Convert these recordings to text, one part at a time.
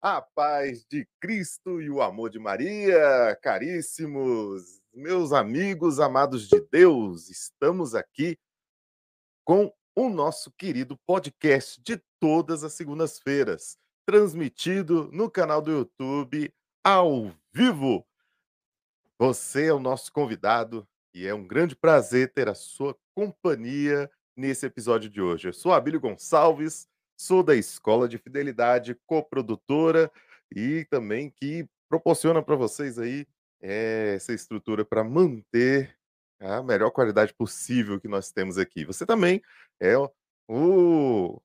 A paz de Cristo e o amor de Maria, caríssimos, meus amigos amados de Deus, estamos aqui com o nosso querido podcast de todas as segundas-feiras, transmitido no canal do YouTube ao vivo. Você é o nosso convidado e é um grande prazer ter a sua companhia nesse episódio de hoje. Eu sou Abílio Gonçalves, sou da Escola de Fidelidade, coprodutora e também que proporciona para vocês aí essa estrutura para manter a melhor qualidade possível que nós temos aqui. Você também é o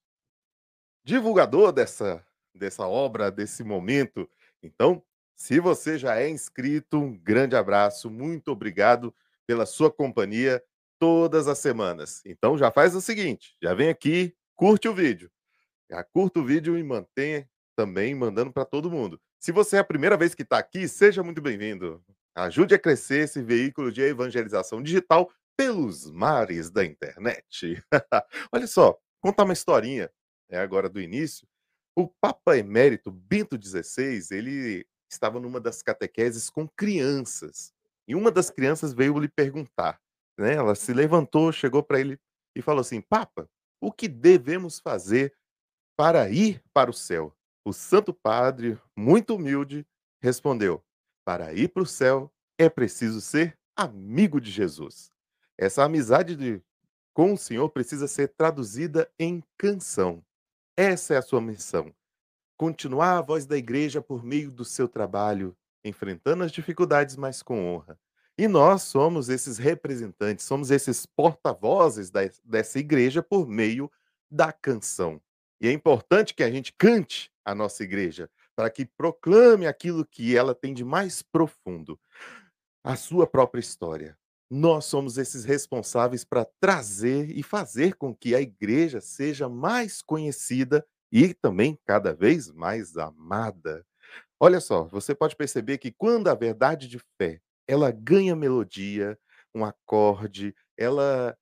divulgador dessa obra, desse momento. Então, se você já é inscrito, um grande abraço, muito obrigado pela sua companhia todas as semanas. Então já faz o seguinte, já vem aqui, curte o vídeo. Já curta o vídeo e mantenha também mandando para todo mundo. Se você é a primeira vez que está aqui, seja muito bem-vindo. Ajude a crescer esse veículo de evangelização digital pelos mares da internet. Olha só, contar uma historinha, agora do início. O Papa Emérito Bento XVI, ele estava numa das catequeses com crianças. E uma das crianças veio lhe perguntar, né? Ela se levantou, chegou para ele e falou assim: Papa, o que devemos fazer para ir para o céu? O Santo Padre, muito humilde, respondeu: para ir para o céu é preciso ser amigo de Jesus. Essa amizade com o Senhor precisa ser traduzida em canção. Essa é a sua missão. Continuar a voz da igreja por meio do seu trabalho, enfrentando as dificuldades, mas com honra. E nós somos esses representantes, somos esses porta-vozes dessa igreja por meio da canção. E é importante que a gente cante a nossa igreja, para que proclame aquilo que ela tem de mais profundo, a sua própria história. Nós somos esses responsáveis para trazer e fazer com que a igreja seja mais conhecida e também cada vez mais amada. Olha só, você pode perceber que quando a verdade de fé, ela ganha melodia, um acorde, ela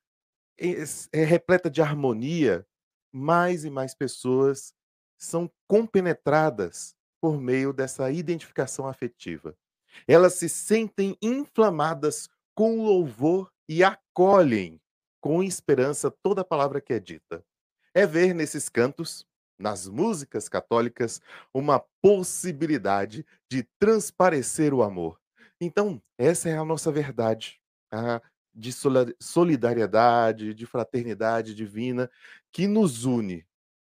é repleta de harmonia, mais e mais pessoas são compenetradas por meio dessa identificação afetiva. Elas se sentem inflamadas com louvor e acolhem com esperança toda a palavra que é dita. É ver nesses cantos, nas músicas católicas, uma possibilidade de transparecer o amor. Então, essa é a nossa verdade, a de solidariedade, de fraternidade divina, que nos une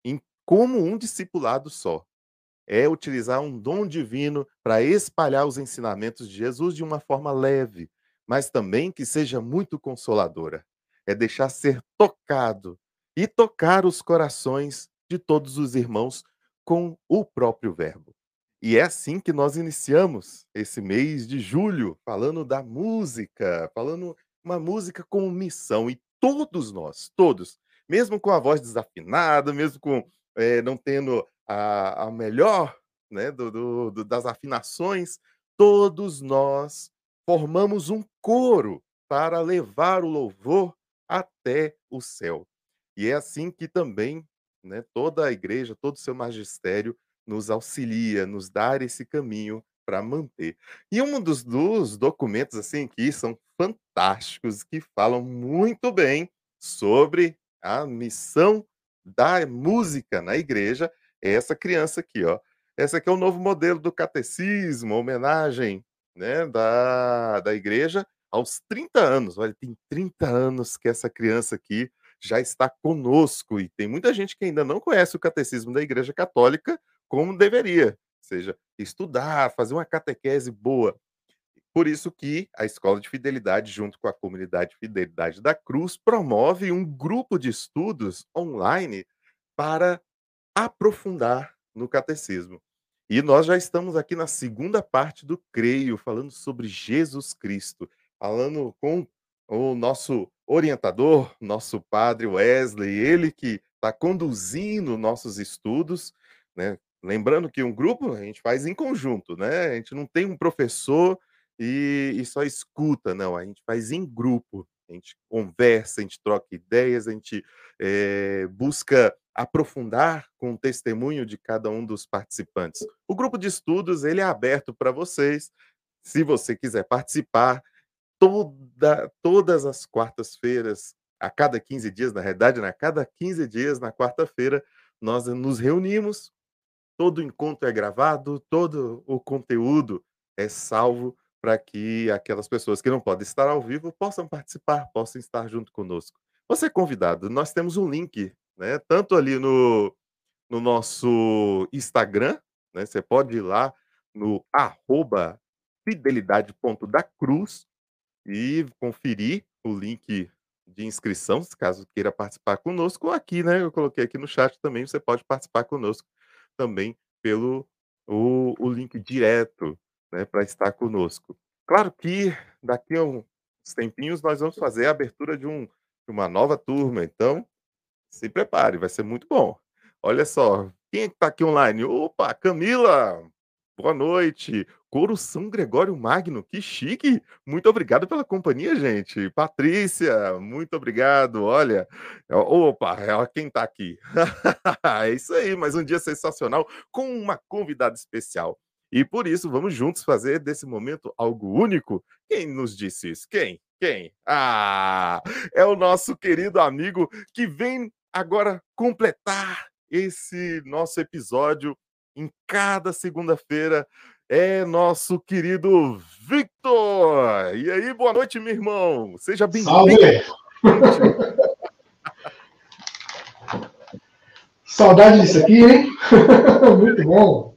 como um discipulado só. É utilizar um dom divino para espalhar os ensinamentos de Jesus de uma forma leve, mas também que seja muito consoladora. É deixar ser tocado e tocar os corações de todos os irmãos com o próprio Verbo. E é assim que nós iniciamos esse mês de julho, falando da música, falando uma música com missão. E todos nós, todos, mesmo com a voz desafinada, mesmo com não tendo a melhor, né, das afinações, todos nós formamos um coro para levar o louvor até o céu. E é assim que também, né, toda a igreja, todo o seu magistério nos auxilia, nos dá esse caminho para manter. E um dos documentos, assim, que são fantásticos, que falam muito bem sobre a missão da música na igreja, é essa criança aqui, ó. Essa aqui é o novo modelo do catecismo, homenagem, né, da igreja aos 30 anos. Olha, tem 30 anos que essa criança aqui já está conosco e tem muita gente que ainda não conhece o catecismo da Igreja Católica como deveria, ou seja, estudar, fazer uma catequese boa. Por isso que a Escola de Fidelidade, junto com a comunidade Fidelidade da Cruz, promove um grupo de estudos online para aprofundar no catecismo. E nós já estamos aqui na segunda parte do Creio, falando sobre Jesus Cristo, falando com o nosso orientador, nosso padre Wesley, ele que está conduzindo nossos estudos, né? Lembrando que um grupo a gente faz em conjunto, né? A gente não tem um professor e só escuta, não, a gente faz em grupo. A gente conversa, a gente troca ideias, a gente busca aprofundar com o testemunho de cada um dos participantes. O grupo de estudos ele é aberto para vocês. Se você quiser participar, todas as quartas-feiras, a cada 15 dias, na realidade, né? A cada 15 dias, na quarta-feira, nós nos reunimos, todo encontro é gravado, todo o conteúdo é salvo para que aquelas pessoas que não podem estar ao vivo possam participar, possam estar junto conosco. Você é convidado, nós temos um link, né? Tanto ali no nosso Instagram, né? Você pode ir lá no @fidelidade.dacruz e conferir o link de inscrição, se caso queira participar conosco, ou aqui, né? Eu coloquei aqui no chat também, você pode participar conosco também pelo o link direto, né, para estar conosco. Claro que daqui a uns tempinhos nós vamos fazer a abertura de uma nova turma, então se prepare, vai ser muito bom. Olha só, quem é que tá aqui online? Opa, Camila, boa noite. Coro São Gregório Magno, que chique. Muito obrigado pela companhia, gente. Patrícia, muito obrigado. Olha, opa, ó quem tá aqui. É isso aí, mais um dia sensacional com uma convidada especial. E por isso, vamos juntos fazer desse momento algo único. Quem nos disse isso? Quem? Quem? Ah, é o nosso querido amigo que vem agora completar esse nosso episódio em cada segunda-feira é nosso querido Victor. E aí, boa noite, meu irmão. Seja bem-vindo. Salve! Saudade disso aqui, hein? Muito bom.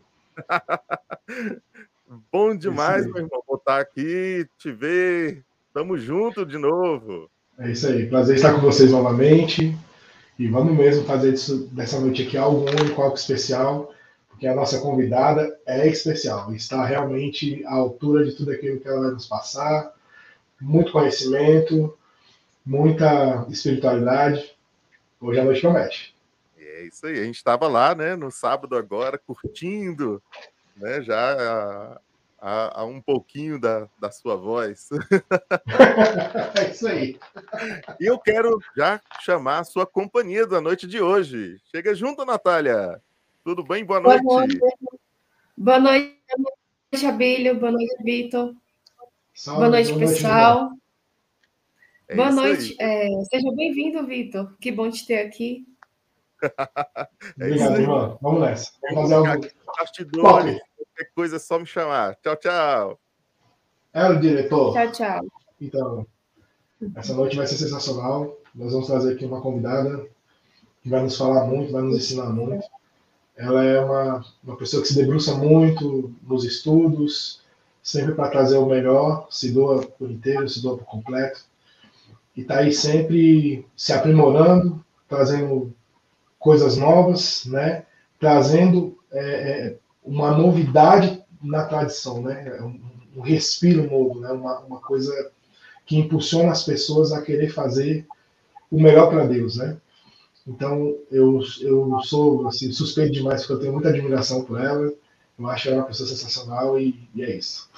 Bom demais, meu irmão, voltar aqui, te ver. Tamo junto de novo. É isso aí. Prazer estar com vocês novamente. E vamos mesmo fazer dessa noite aqui algo único, algo especial, porque a nossa convidada é especial. Está realmente à altura de tudo aquilo que ela vai nos passar. Muito conhecimento, muita espiritualidade. Hoje a noite promete. É isso aí. A gente estava lá, né, no sábado agora, curtindo, né, já a um pouquinho da sua voz. É isso aí. E eu quero já chamar a sua companhia da noite de hoje. Chega junto, Natália. Tudo bem? Boa noite. Boa noite, Abílio. Boa noite, Vitor. Boa noite, pessoal. Boa noite. Seja bem-vindo, Vitor. Que bom te ter aqui. Obrigado, irmão. Vamos nessa. Vamos fazer algo. Bastidores, qualquer coisa é só me chamar. Tchau, tchau. É o diretor. Tchau, tchau. Então, essa noite vai ser sensacional. Nós vamos trazer aqui uma convidada que vai nos falar muito, vai nos ensinar muito. Ela é uma pessoa que se debruça muito nos estudos, sempre para trazer o melhor, se doa por inteiro, se doa por completo. E está aí sempre se aprimorando, trazendo coisas novas, né? Trazendo uma novidade na tradição, né? Um respiro novo, né? Uma coisa que impulsiona as pessoas a querer fazer o melhor para Deus, né? Então, eu sou assim, suspeito demais, porque eu tenho muita admiração por ela. Eu acho ela uma pessoa sensacional e é isso.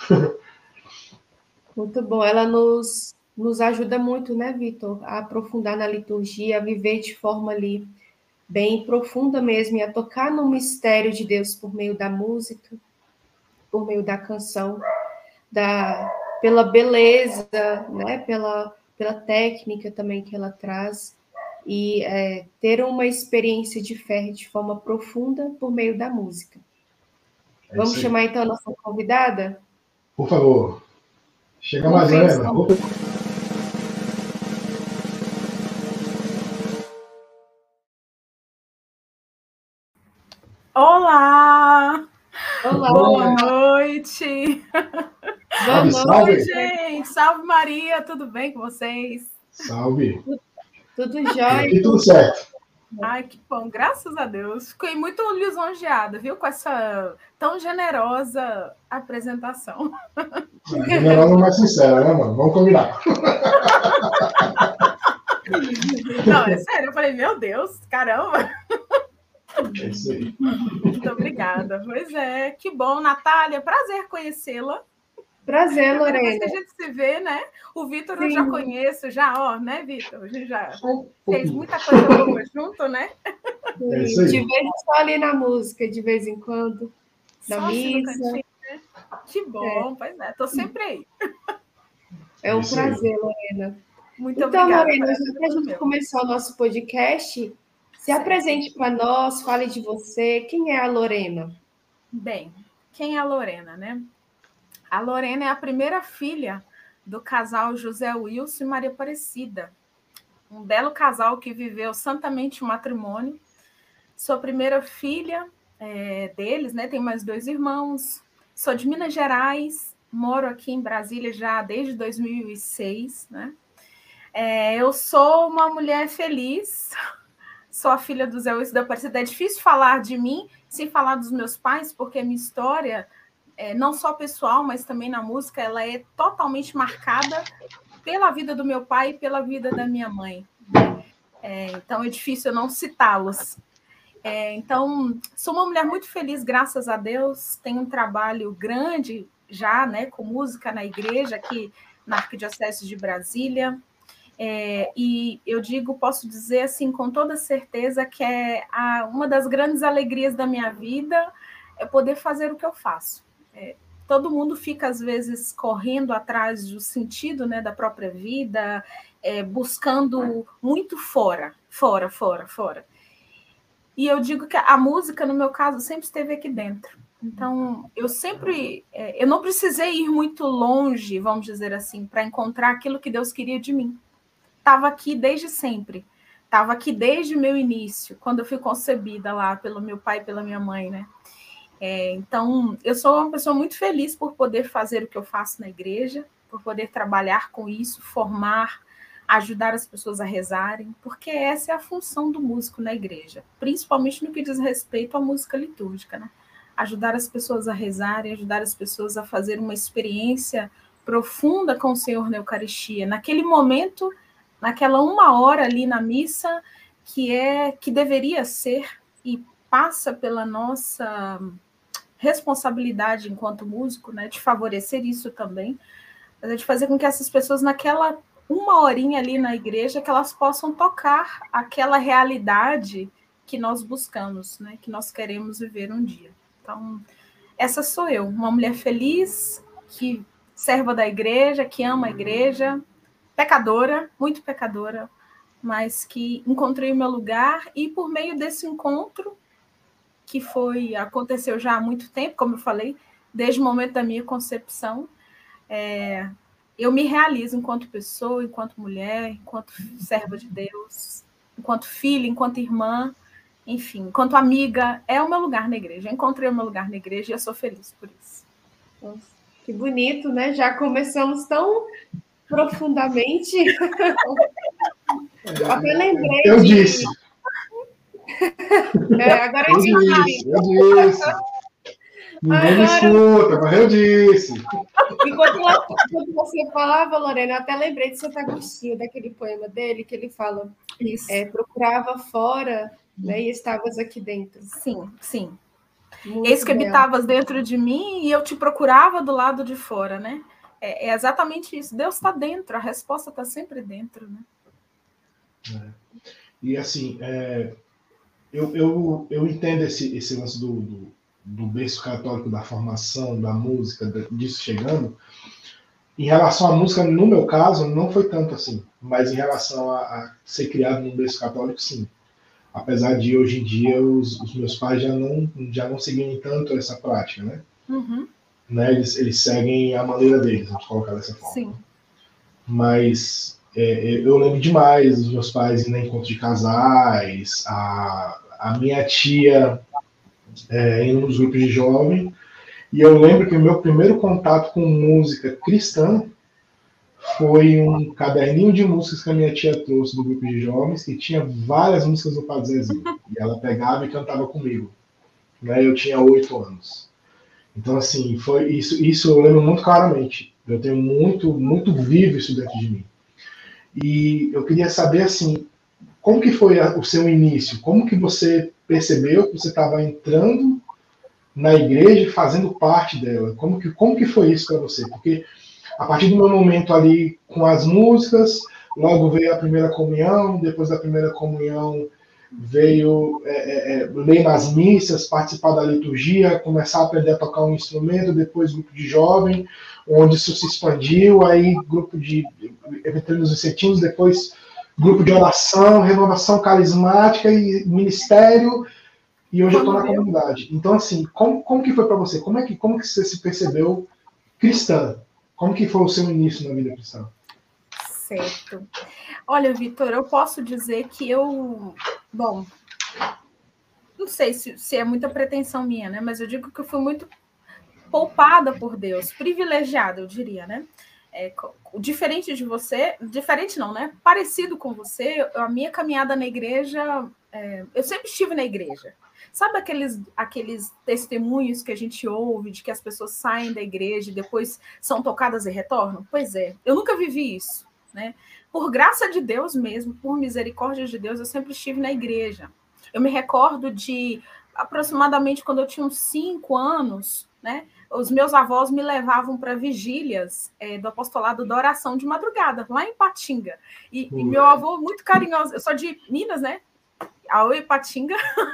Muito bom. Ela nos ajuda muito, né, Vitor, a aprofundar na liturgia, a viver de forma ali bem profunda mesmo, e a tocar no mistério de Deus por meio da música, por meio da canção, pela beleza, né, pela técnica também que ela traz, e ter uma experiência de fé de forma profunda por meio da música. Vamos chamar então a nossa convidada? Por favor. Chega mais, Ana. Olá! Olá! Boa noite! Salve, salve! Oi, gente! Salve, Maria! Tudo bem com vocês? Salve! Tudo jóia? Aqui tudo certo. Ai, que bom! Graças a Deus! Fiquei muito lisonjeada, viu? Com essa tão generosa apresentação. Generosa, mais sincera, né, mano? Vamos combinar. Não, é sério. Eu falei, meu Deus, caramba! É isso aí. Muito obrigada. Pois é, que bom, Natália. Prazer conhecê-la. Prazer, Lorena. Depois que a gente se vê, né? O Vitor eu já conheço, né, Vitor? A gente já fez muita coisa boa junto, né? É isso aí. Te vejo só ali na música, de vez em quando, na missa. No cantinho, né? Que bom, pois é, tô sempre aí. É um prazer, Lorena. Muito obrigada. Então, Lorena, já para a gente começar o nosso podcast, se apresente para nós, fale de você. Quem é a Lorena? Bem, quem é a Lorena, né? A Lorena é a primeira filha do casal José Wilson e Maria Aparecida. Um belo casal que viveu santamente o matrimônio. Sou a primeira filha deles, né? Tenho mais 2 irmãos. Sou de Minas Gerais, moro aqui em Brasília já desde 2006, né? Eu sou uma mulher feliz, sou a filha do Zé Wilson da Aparecida. É difícil falar de mim sem falar dos meus pais, porque a minha história, não só pessoal, mas também na música, ela é totalmente marcada pela vida do meu pai e pela vida da minha mãe. Então é difícil eu não citá-los. Então, sou uma mulher muito feliz, graças a Deus. Tenho um trabalho grande já, né, com música na igreja, aqui na Arquidiocese de Brasília. E eu posso dizer assim, com toda certeza, que uma das grandes alegrias da minha vida é poder fazer o que eu faço. Todo mundo fica, às vezes, correndo atrás do sentido, né, da própria vida, buscando muito fora. E eu digo que a música, no meu caso, sempre esteve aqui dentro. Então, eu não precisei ir muito longe, vamos dizer assim, para encontrar aquilo que Deus queria de mim. Estava aqui desde sempre. Estava aqui desde o meu início, quando eu fui concebida lá pelo meu pai e pela minha mãe, né? Então, eu sou uma pessoa muito feliz por poder fazer o que eu faço na igreja, por poder trabalhar com isso, formar, ajudar as pessoas a rezarem, porque essa é a função do músico na igreja, principalmente no que diz respeito à música litúrgica, né? Ajudar as pessoas a rezarem, ajudar as pessoas a fazer uma experiência profunda com o Senhor na Eucaristia, naquele momento, naquela 1 hora ali na missa, que deveria ser e passa pela nossa responsabilidade enquanto músico, né, de favorecer isso também, de fazer com que essas pessoas, naquela 1 horinha ali na igreja, que elas possam tocar aquela realidade que nós buscamos, né, que nós queremos viver um dia. Então, essa sou eu, uma mulher feliz, que serva da igreja, que ama a igreja, pecadora, muito pecadora, mas que encontrei o meu lugar, e por meio desse encontro, que aconteceu já há muito tempo, como eu falei, desde o momento da minha concepção, eu me realizo enquanto pessoa, enquanto mulher, enquanto serva de Deus, enquanto filha, enquanto irmã, enfim, enquanto amiga. É o meu lugar na igreja. Eu encontrei o meu lugar na igreja e eu sou feliz por isso. Nossa, que bonito, né? Já começamos tão profundamente. Até lembrei. Eu disse. Agora eu disse. Ninguém me escuta, mas eu disse. Enquanto você falava, Lorena, eu até lembrei de Santo Agostinho, daquele poema dele, que ele fala, procurava fora, né, e estavas aqui dentro. Sim. Eis que habitavas dentro de mim e eu te procurava do lado de fora, né? É exatamente isso. Deus está dentro, a resposta está sempre dentro, né? E assim, eu entendo esse lance do berço católico, da formação, da música, disso chegando. Em relação à música, no meu caso, não foi tanto assim, mas em relação a ser criado num berço católico, sim. Apesar de hoje em dia os meus pais já não seguirem tanto essa prática, né? Uhum. Né? Eles seguem a maneira deles, vamos colocar dessa forma. Sim. Mas eu lembro demais dos meus pais indo em encontro de casais, a minha tia indo nos grupos de jovem, e eu lembro que o meu primeiro contato com música cristã foi um caderninho de músicas que a minha tia trouxe do grupo de jovens, que tinha várias músicas do Padre Zezinho, e ela pegava e cantava comigo, né? Eu tinha 8 anos. Então, assim, foi isso eu lembro muito claramente. Eu tenho muito vivo isso dentro de mim. E eu queria saber, assim, como que foi o seu início? Como que você percebeu que você estava entrando na igreja, fazendo parte dela? Como que foi isso para você? Porque a partir do meu momento ali com as músicas, logo veio a primeira comunhão, depois da primeira comunhão veio ler nas missas, participar da liturgia, começar a aprender a tocar um instrumento, depois grupo de jovem, onde isso se expandiu, aí grupo de eventualmente vicentinos, depois grupo de oração, renovação carismática e ministério, e hoje eu estou na comunidade. Então, assim, como que foi para você? Como que você se percebeu cristã? Como que foi o seu início na vida cristã? Certo. Olha, Vitor, eu posso dizer que bom, não sei se é muita pretensão minha, né? Mas eu digo que eu fui muito poupada por Deus, privilegiada, eu diria, né? Diferente de você, diferente não, né? Parecido com você, a minha caminhada na igreja, eu sempre estive na igreja. Sabe aqueles testemunhos que a gente ouve de que as pessoas saem da igreja e depois são tocadas e retornam? Pois é, eu nunca vivi isso, né? Por graça de Deus mesmo, por misericórdia de Deus, eu sempre estive na igreja. Eu me recordo de, aproximadamente, quando eu tinha uns 5 anos, né? Os meus avós me levavam para vigílias do apostolado da oração de madrugada, lá em Ipatinga. E meu avô, muito carinhoso, eu sou de Minas, né? A Ipatinga.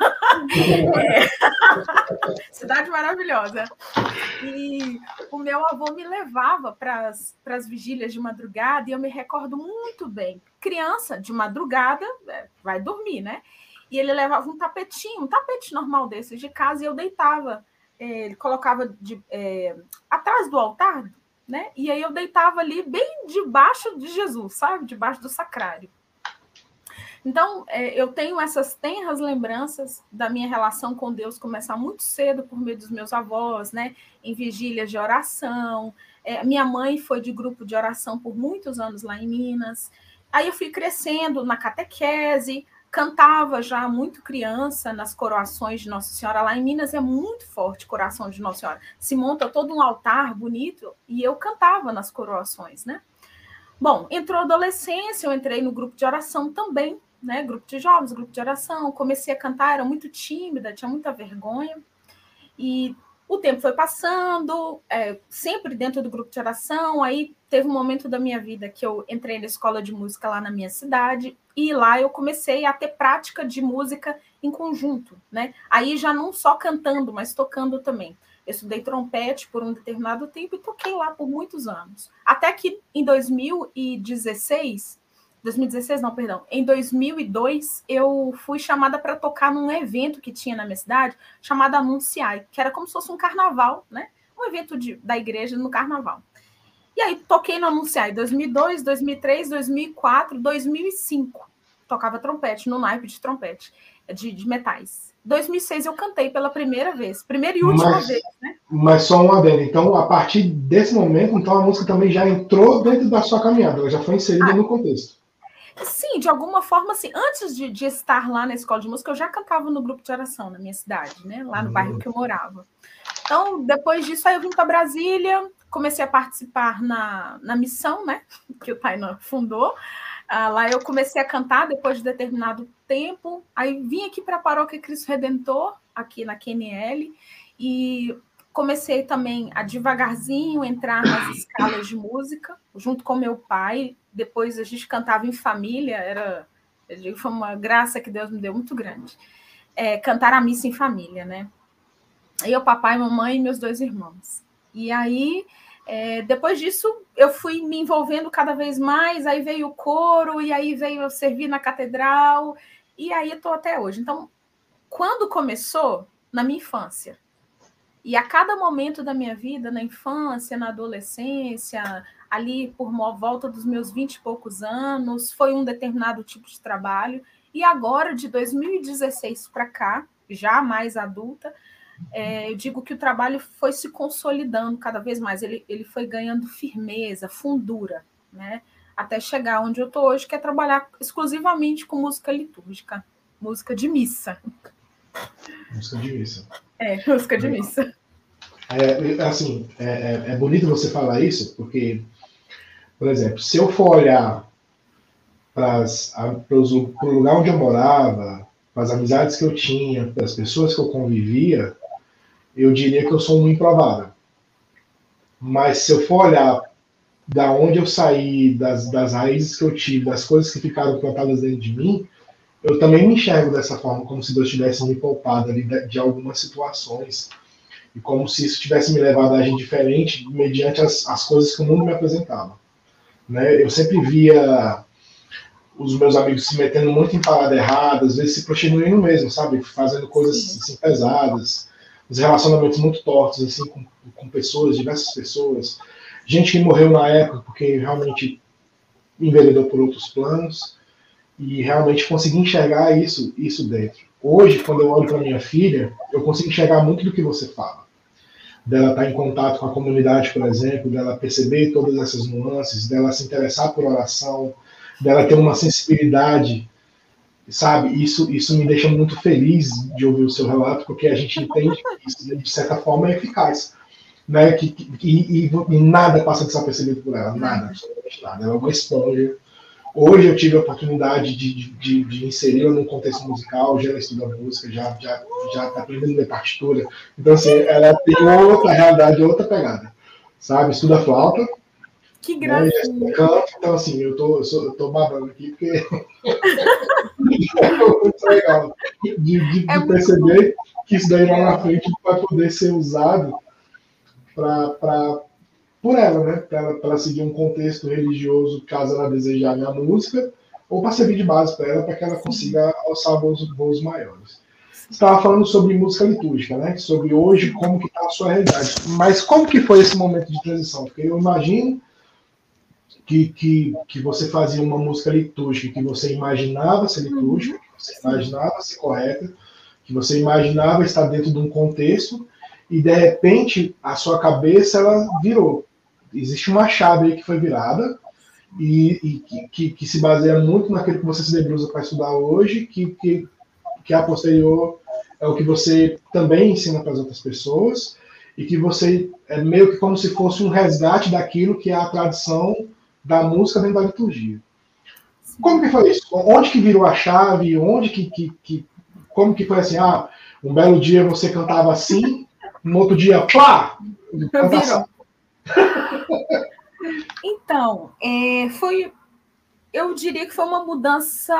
Cidade maravilhosa. E o meu avô me levava para as vigílias de madrugada, e eu me recordo muito bem. Criança, de madrugada, vai dormir, né? E ele levava um tapete normal desses de casa, e eu deitava. Ele colocava atrás do altar, né? E aí eu deitava ali bem debaixo de Jesus, sabe? Debaixo do sacrário. Então, eu tenho essas tenras lembranças da minha relação com Deus começar muito cedo por meio dos meus avós, né? Em vigílias de oração. Minha mãe foi de grupo de oração por muitos anos lá em Minas. Aí eu fui crescendo na catequese, cantava já muito criança nas coroações de Nossa Senhora. Lá em Minas é muito forte coração de Nossa Senhora. Se monta todo um altar bonito e eu cantava nas coroações, né? Bom, entrou a adolescência, eu entrei no grupo de oração também, né? Grupo de jovens, grupo de oração. Comecei a cantar, era muito tímida, tinha muita vergonha. E o tempo foi passando, sempre dentro do grupo de oração. Aí teve um momento da minha vida que eu entrei na escola de música lá na minha cidade, e lá eu comecei a ter prática de música em conjunto, né? Aí já não só cantando, mas tocando também. Eu estudei trompete por um determinado tempo e toquei lá por muitos anos. Até que em 2016 não, perdão, em 2002, eu fui chamada para tocar num evento que tinha na minha cidade, chamado Anunciai, que era como se fosse um carnaval, né? Um evento da igreja no carnaval. E aí toquei no Anunciai 2002, 2003, 2004, 2005. Tocava trompete, no naipe de trompete, de metais. 2006 eu cantei pela primeira vez, primeira e última vez, né? Mas só um adendo. Então, a partir desse momento, então a música também já entrou dentro da sua caminhada, ela já foi inserida no contexto. Sim, de alguma forma, assim, antes de estar lá na escola de música, eu já cantava no grupo de oração na minha cidade, né? Lá no bairro que eu morava. Então, depois disso, aí eu vim para Brasília, comecei a participar na missão, né? Que o Tainan fundou. Lá eu comecei a cantar depois de determinado tempo. Aí vim aqui para a Paróquia Cristo Redentor, aqui na QNL, e comecei também a devagarzinho entrar nas escalas de música, junto com meu pai. Depois a gente cantava em família, foi uma graça que Deus me deu muito grande. Cantar a missa em família, né? Eu, papai, mamãe e meus 2 irmãos. E aí, depois disso, eu fui me envolvendo cada vez mais, aí veio o coro, e aí veio eu servir na catedral, e aí eu estou até hoje. Então, quando começou? Na minha infância. E a cada momento da minha vida, na infância, na adolescência, ali por volta dos meus 20 e poucos anos, foi um determinado tipo de trabalho. E agora, de 2016 para cá, já mais adulta, eu digo que o trabalho foi se consolidando cada vez mais. Ele foi ganhando firmeza, fundura, né? Até chegar onde eu estou hoje, que é trabalhar exclusivamente com música litúrgica, música de missa. Música de missa. Música de missa. É bonito você falar isso, porque, por exemplo, se eu for olhar para o lugar onde eu morava, para as amizades que eu tinha, para as pessoas que eu convivia, eu diria que eu sou um improvável. Mas se eu for olhar da onde eu saí, das raízes que eu tive, das coisas que ficaram plantadas dentro de mim, eu também me enxergo dessa forma, como se Deus tivesse me poupado ali de algumas situações, e como se isso tivesse me levado a agir diferente mediante as coisas que o mundo me apresentava. Né? Eu sempre via os meus amigos se metendo muito em parada errada, às vezes se prostituindo mesmo, sabe? Fazendo coisas assim, pesadas, os relacionamentos muito tortos assim, com pessoas, diversas pessoas. Gente que morreu na época porque realmente enveredou por outros planos, e realmente consegui enxergar isso dentro. Hoje, quando eu olho para minha filha, eu consigo enxergar muito do que você fala. Dela estar em contato com a comunidade, por exemplo, dela perceber todas essas nuances, dela se interessar por oração, dela ter uma sensibilidade, sabe? Isso me deixa muito feliz de ouvir o seu relato, porque a gente entende que isso, de certa forma, é eficaz. Né? E nada passa desapercebido por ela, nada, absolutamente nada. Ela é uma esponja. Hoje eu tive a oportunidade de inseri-la num contexto musical, já ela estuda música, já está aprendendo a ler partitura. Então, assim, ela tem outra realidade, outra pegada, sabe? Estuda flauta. Que graça. Né? Canto, então, assim, eu tô babando aqui, porque é muito legal de perceber que isso daí lá na frente vai poder ser usado por ela, né? Para seguir um contexto religioso, caso ela desejar a música, ou para servir de base para ela, para que ela consiga alçar voos maiores. Você estava falando sobre música litúrgica, né? Sobre hoje, como que está a sua realidade. Mas como que foi esse momento de transição? Porque eu imagino que você fazia uma música litúrgica, que você imaginava ser litúrgica, que você imaginava ser correta, que você imaginava estar dentro de um contexto, e de repente a sua cabeça ela virou. Existe uma chave aí que foi virada e que se baseia muito naquilo que você se debruça para estudar hoje, que a posterior é o que você também ensina para as outras pessoas, e que você é meio que como se fosse um resgate daquilo que é a tradição da música dentro da liturgia. Como que foi isso? Onde que virou a chave? Como que foi assim? Ah, um belo dia você cantava assim, no outro dia, plá! Virou. Então, eu diria que foi uma mudança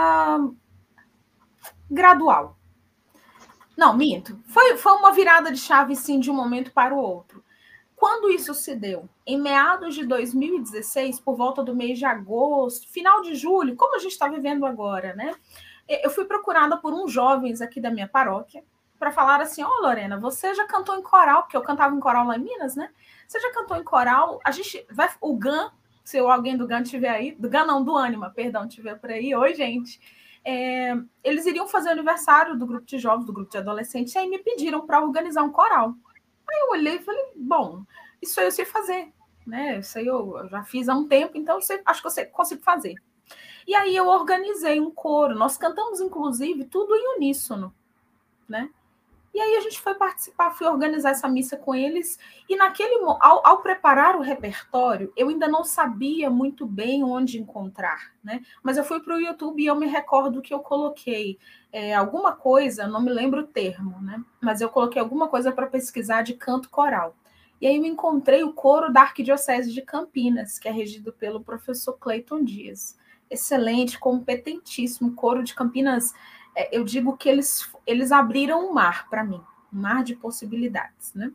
gradual. Não, minto. Foi uma virada de chave, sim, de um momento para o outro. Quando isso se deu? Em meados de 2016, por volta do mês de agosto, final de julho, como a gente está vivendo agora, né? Eu fui procurada por uns jovens aqui da minha paróquia para falar assim, Lorena, você já cantou em coral, porque eu cantava em coral lá em Minas, né? Você já cantou em coral? O GAN, se alguém do GAN estiver aí, do GAN não, do Ânima, perdão, estiver por aí, oi, gente. Eles iriam fazer o aniversário do grupo de jovens, do grupo de adolescentes, e aí me pediram para organizar um coral. Aí eu olhei e falei, bom, isso aí eu sei fazer, né? Isso aí eu já fiz há um tempo, então acho que eu consigo fazer. E aí eu organizei um coro, nós cantamos, inclusive, tudo em uníssono, né? E aí a gente foi participar, fui organizar essa missa com eles, e ao preparar o repertório, eu ainda não sabia muito bem onde encontrar, né? Mas eu fui para o YouTube e eu me recordo que eu coloquei alguma coisa, não me lembro o termo, né? Mas eu coloquei alguma coisa para pesquisar de canto coral. E aí eu encontrei o coro da Arquidiocese de Campinas, que é regido pelo professor Cleiton Dias. Excelente, competentíssimo, coro de Campinas. Eu digo que eles abriram um mar para mim, um mar de possibilidades, né?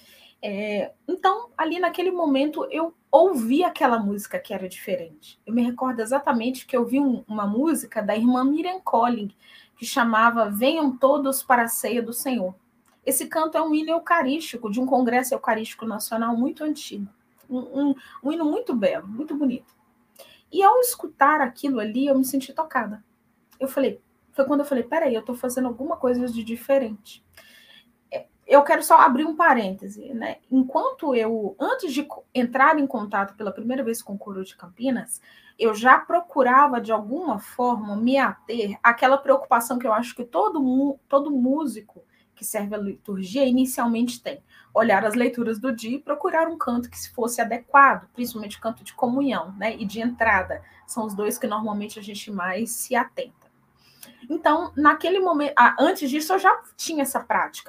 Então, ali naquele momento, eu ouvi aquela música que era diferente. Eu me recordo exatamente que eu vi uma música da irmã Miriam Colling, que chamava Venham Todos para a Ceia do Senhor. Esse canto é um hino eucarístico, de um congresso eucarístico nacional muito antigo. Um hino muito belo, muito bonito. E ao escutar aquilo ali, eu me senti tocada. Foi quando eu falei, peraí, eu estou fazendo alguma coisa de diferente. Eu quero só abrir um parêntese, né? Antes de entrar em contato pela primeira vez com o Coro de Campinas, eu já procurava, de alguma forma, me ater àquela preocupação que eu acho que todo músico que serve a liturgia inicialmente tem. Olhar as leituras do dia e procurar um canto que fosse adequado, principalmente canto de comunhão, né? E de entrada. São os dois que normalmente a gente mais se atenta. Então, naquele momento, antes disso, eu já tinha essa prática.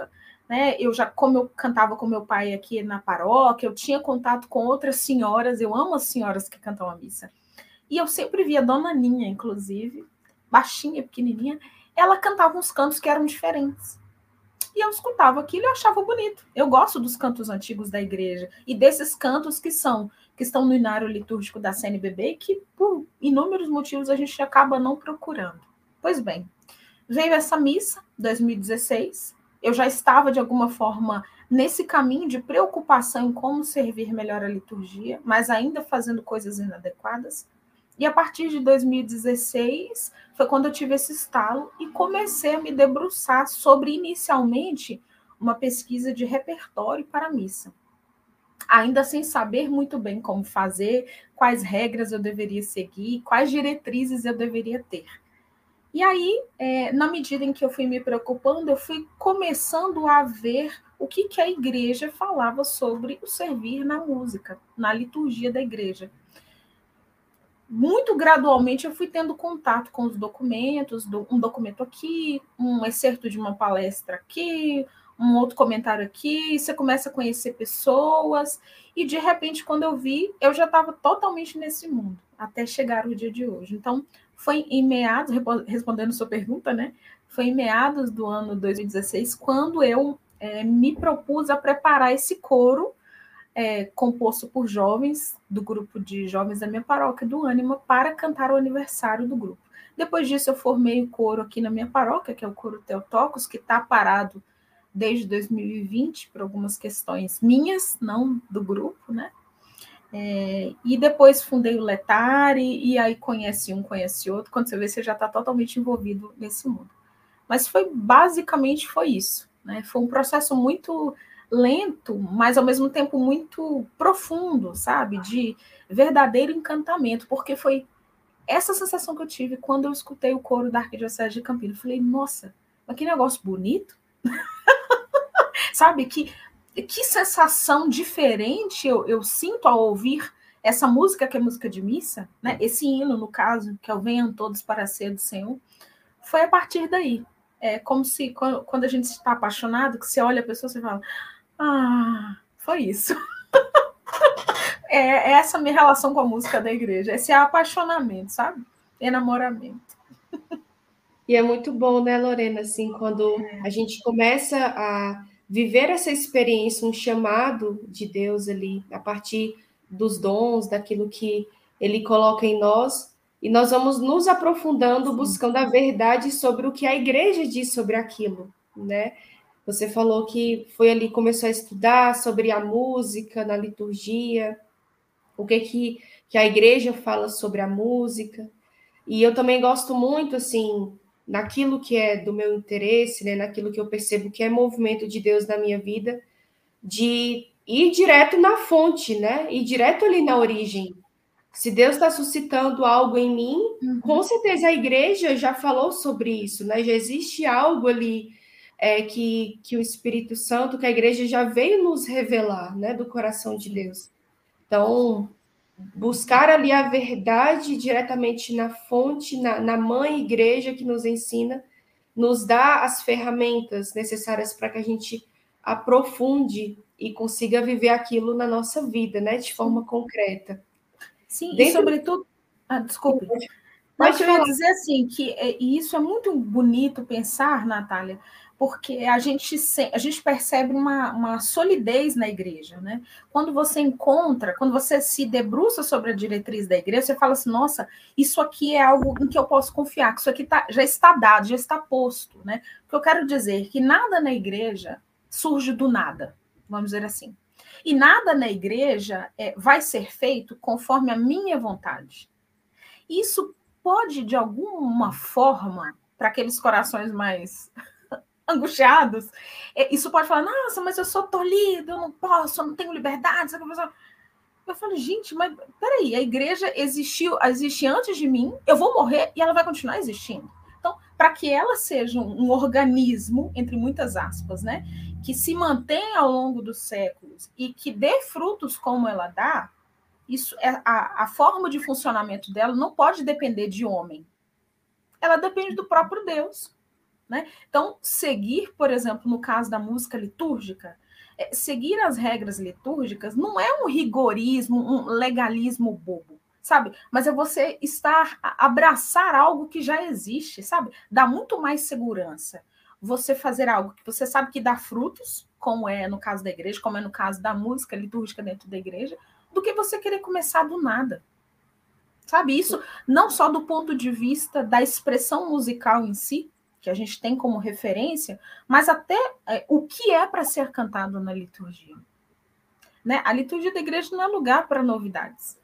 né? Como eu cantava com meu pai aqui na paróquia, eu tinha contato com outras senhoras, eu amo as senhoras que cantam a missa. E eu sempre via Dona Ninha, inclusive, baixinha, pequenininha, ela cantava uns cantos que eram diferentes. E eu escutava aquilo e eu achava bonito. Eu gosto dos cantos antigos da igreja e desses cantos que estão no inário litúrgico da CNBB e que, por inúmeros motivos, a gente acaba não procurando. Pois bem, veio essa missa, 2016, eu já estava, de alguma forma, nesse caminho de preocupação em como servir melhor a liturgia, mas ainda fazendo coisas inadequadas. E a partir de 2016 foi quando eu tive esse estalo e comecei a me debruçar sobre, inicialmente, uma pesquisa de repertório para a missa. Ainda sem saber muito bem como fazer, quais regras eu deveria seguir, quais diretrizes eu deveria ter. E aí, na medida em que eu fui me preocupando, eu fui começando a ver o que a igreja falava sobre o servir na música, na liturgia da igreja. Muito gradualmente eu fui tendo contato com os documentos, um documento aqui, um excerto de uma palestra aqui, um outro comentário aqui, você começa a conhecer pessoas, e de repente, quando eu vi, eu já estava totalmente nesse mundo, até chegar o dia de hoje. Então, foi em meados, respondendo sua pergunta, né? Foi em meados do ano 2016, quando eu me propus a preparar esse coro, composto por jovens, do grupo de jovens da minha paróquia, do Ânima, para cantar o aniversário do grupo. Depois disso, eu formei o coro aqui na minha paróquia, que é o Coro Theotokos, que está parado desde 2020, por algumas questões minhas, não do grupo, né? E depois fundei o Letare, e aí conhece um, conhece outro, quando você vê, você já está totalmente envolvido nesse mundo. Mas basicamente foi isso, né? Foi um processo muito lento, mas ao mesmo tempo muito profundo, sabe? De verdadeiro encantamento, porque foi essa sensação que eu tive quando eu escutei o coro da Arquidiocese de Campinas. Eu falei, nossa, mas que negócio bonito, sabe? Que sensação diferente eu sinto ao ouvir essa música, que é música de missa, né? Esse hino, no caso, que é o Venham Todos para a Ceia do Senhor, foi a partir daí. É como se, quando a gente está apaixonado, que você olha a pessoa e você fala, foi isso. É essa minha relação com a música da igreja. Esse é apaixonamento, sabe? Enamoramento. E é muito bom, né, Lorena, assim, quando a gente começa a viver essa experiência, um chamado de Deus ali, a partir dos dons, daquilo que Ele coloca em nós, e nós vamos nos aprofundando, buscando a verdade sobre o que a igreja diz sobre aquilo, né? Você falou que foi ali, começou a estudar sobre a música na liturgia, o que a igreja fala sobre a música, e eu também gosto muito, assim, naquilo que é do meu interesse, né, naquilo que eu percebo que é movimento de Deus na minha vida, de ir direto na fonte, né, ir direto ali na origem. Se Deus está suscitando algo em mim, com certeza a igreja já falou sobre isso, né, já existe algo ali que o Espírito Santo, que a igreja já veio nos revelar, né, do coração de Deus. Então, buscar ali a verdade diretamente na fonte, na mãe igreja que nos ensina, nos dá as ferramentas necessárias para que a gente aprofunde e consiga viver aquilo na nossa vida, né, de forma concreta. Sim, e sobretudo... desculpe. Não, eu ia dizer assim, que isso é muito bonito pensar, Natália, porque a gente percebe uma solidez na igreja, né? Quando você se debruça sobre a diretriz da igreja, você fala assim, nossa, isso aqui é algo em que eu posso confiar, que isso aqui já está dado, já está posto, né? O que eu quero dizer é que nada na igreja surge do nada, vamos dizer assim. E nada na igreja vai ser feito conforme a minha vontade. Isso pode, de alguma forma, para aqueles corações mais angustiados, isso pode falar, nossa, mas eu sou tolhido, eu não posso, eu não tenho liberdade. Eu falo, gente, mas peraí, a igreja existe antes de mim, eu vou morrer e ela vai continuar existindo. Então, para que ela seja um organismo, entre muitas aspas, né, que se mantenha ao longo dos séculos e que dê frutos como ela dá, isso a forma de funcionamento dela não pode depender de homem. Ela depende do próprio Deus. né? Então, seguir, por exemplo, no caso da música litúrgica, seguir as regras litúrgicas não é um rigorismo, um legalismo bobo, sabe? Mas é você abraçar algo que já existe, sabe? Dá muito mais segurança você fazer algo que você sabe que dá frutos, como é no caso da igreja, como é no caso da música litúrgica dentro da igreja, do que você querer começar do nada. Sabe? Isso não só do ponto de vista da expressão musical em si, que a gente tem como referência, mas até o que é para ser cantado na liturgia. Né? A liturgia da igreja não é lugar para novidades.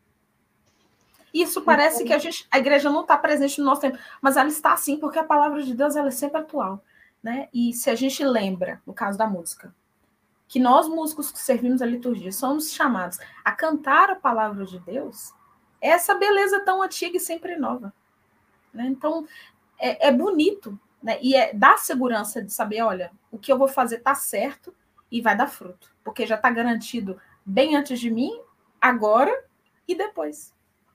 Isso parece que a igreja não está presente no nosso tempo, mas ela está sim, porque a palavra de Deus ela é sempre atual. Né? E se a gente lembra, no caso da música, que nós músicos que servimos a liturgia somos chamados a cantar a palavra de Deus, essa beleza tão antiga e sempre nova. Né? Então, é bonito, né? E dá segurança de saber, olha, o que eu vou fazer está certo e vai dar fruto, porque já está garantido bem antes de mim, agora e depois.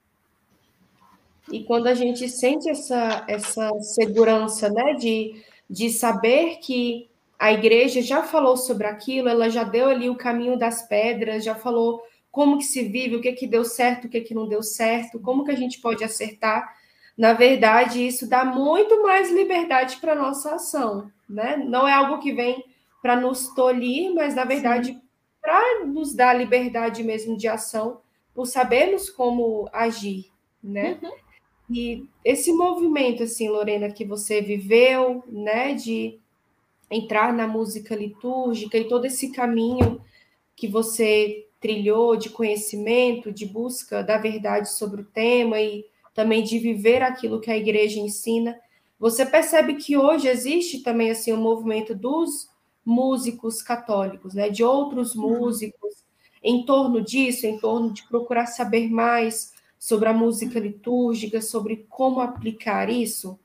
E quando a gente sente essa segurança, né, de saber que a igreja já falou sobre aquilo, ela já deu ali o caminho das pedras, já falou como que se vive, o que deu certo, o que não deu certo, como que a gente pode acertar. Na verdade, isso dá muito mais liberdade para a nossa ação, né? Não é algo que vem para nos tolir, mas, na verdade, para nos dar liberdade mesmo de ação, por sabermos como agir, né? Uhum. E esse movimento, assim, Lorena, que você viveu, né, de entrar na música litúrgica e todo esse caminho que você trilhou de conhecimento, de busca da verdade sobre o tema e também de viver aquilo que a igreja ensina, você percebe que hoje existe também assim um movimento dos músicos católicos, né, de outros músicos em torno disso, em torno de procurar saber mais sobre a música litúrgica, sobre como aplicar isso?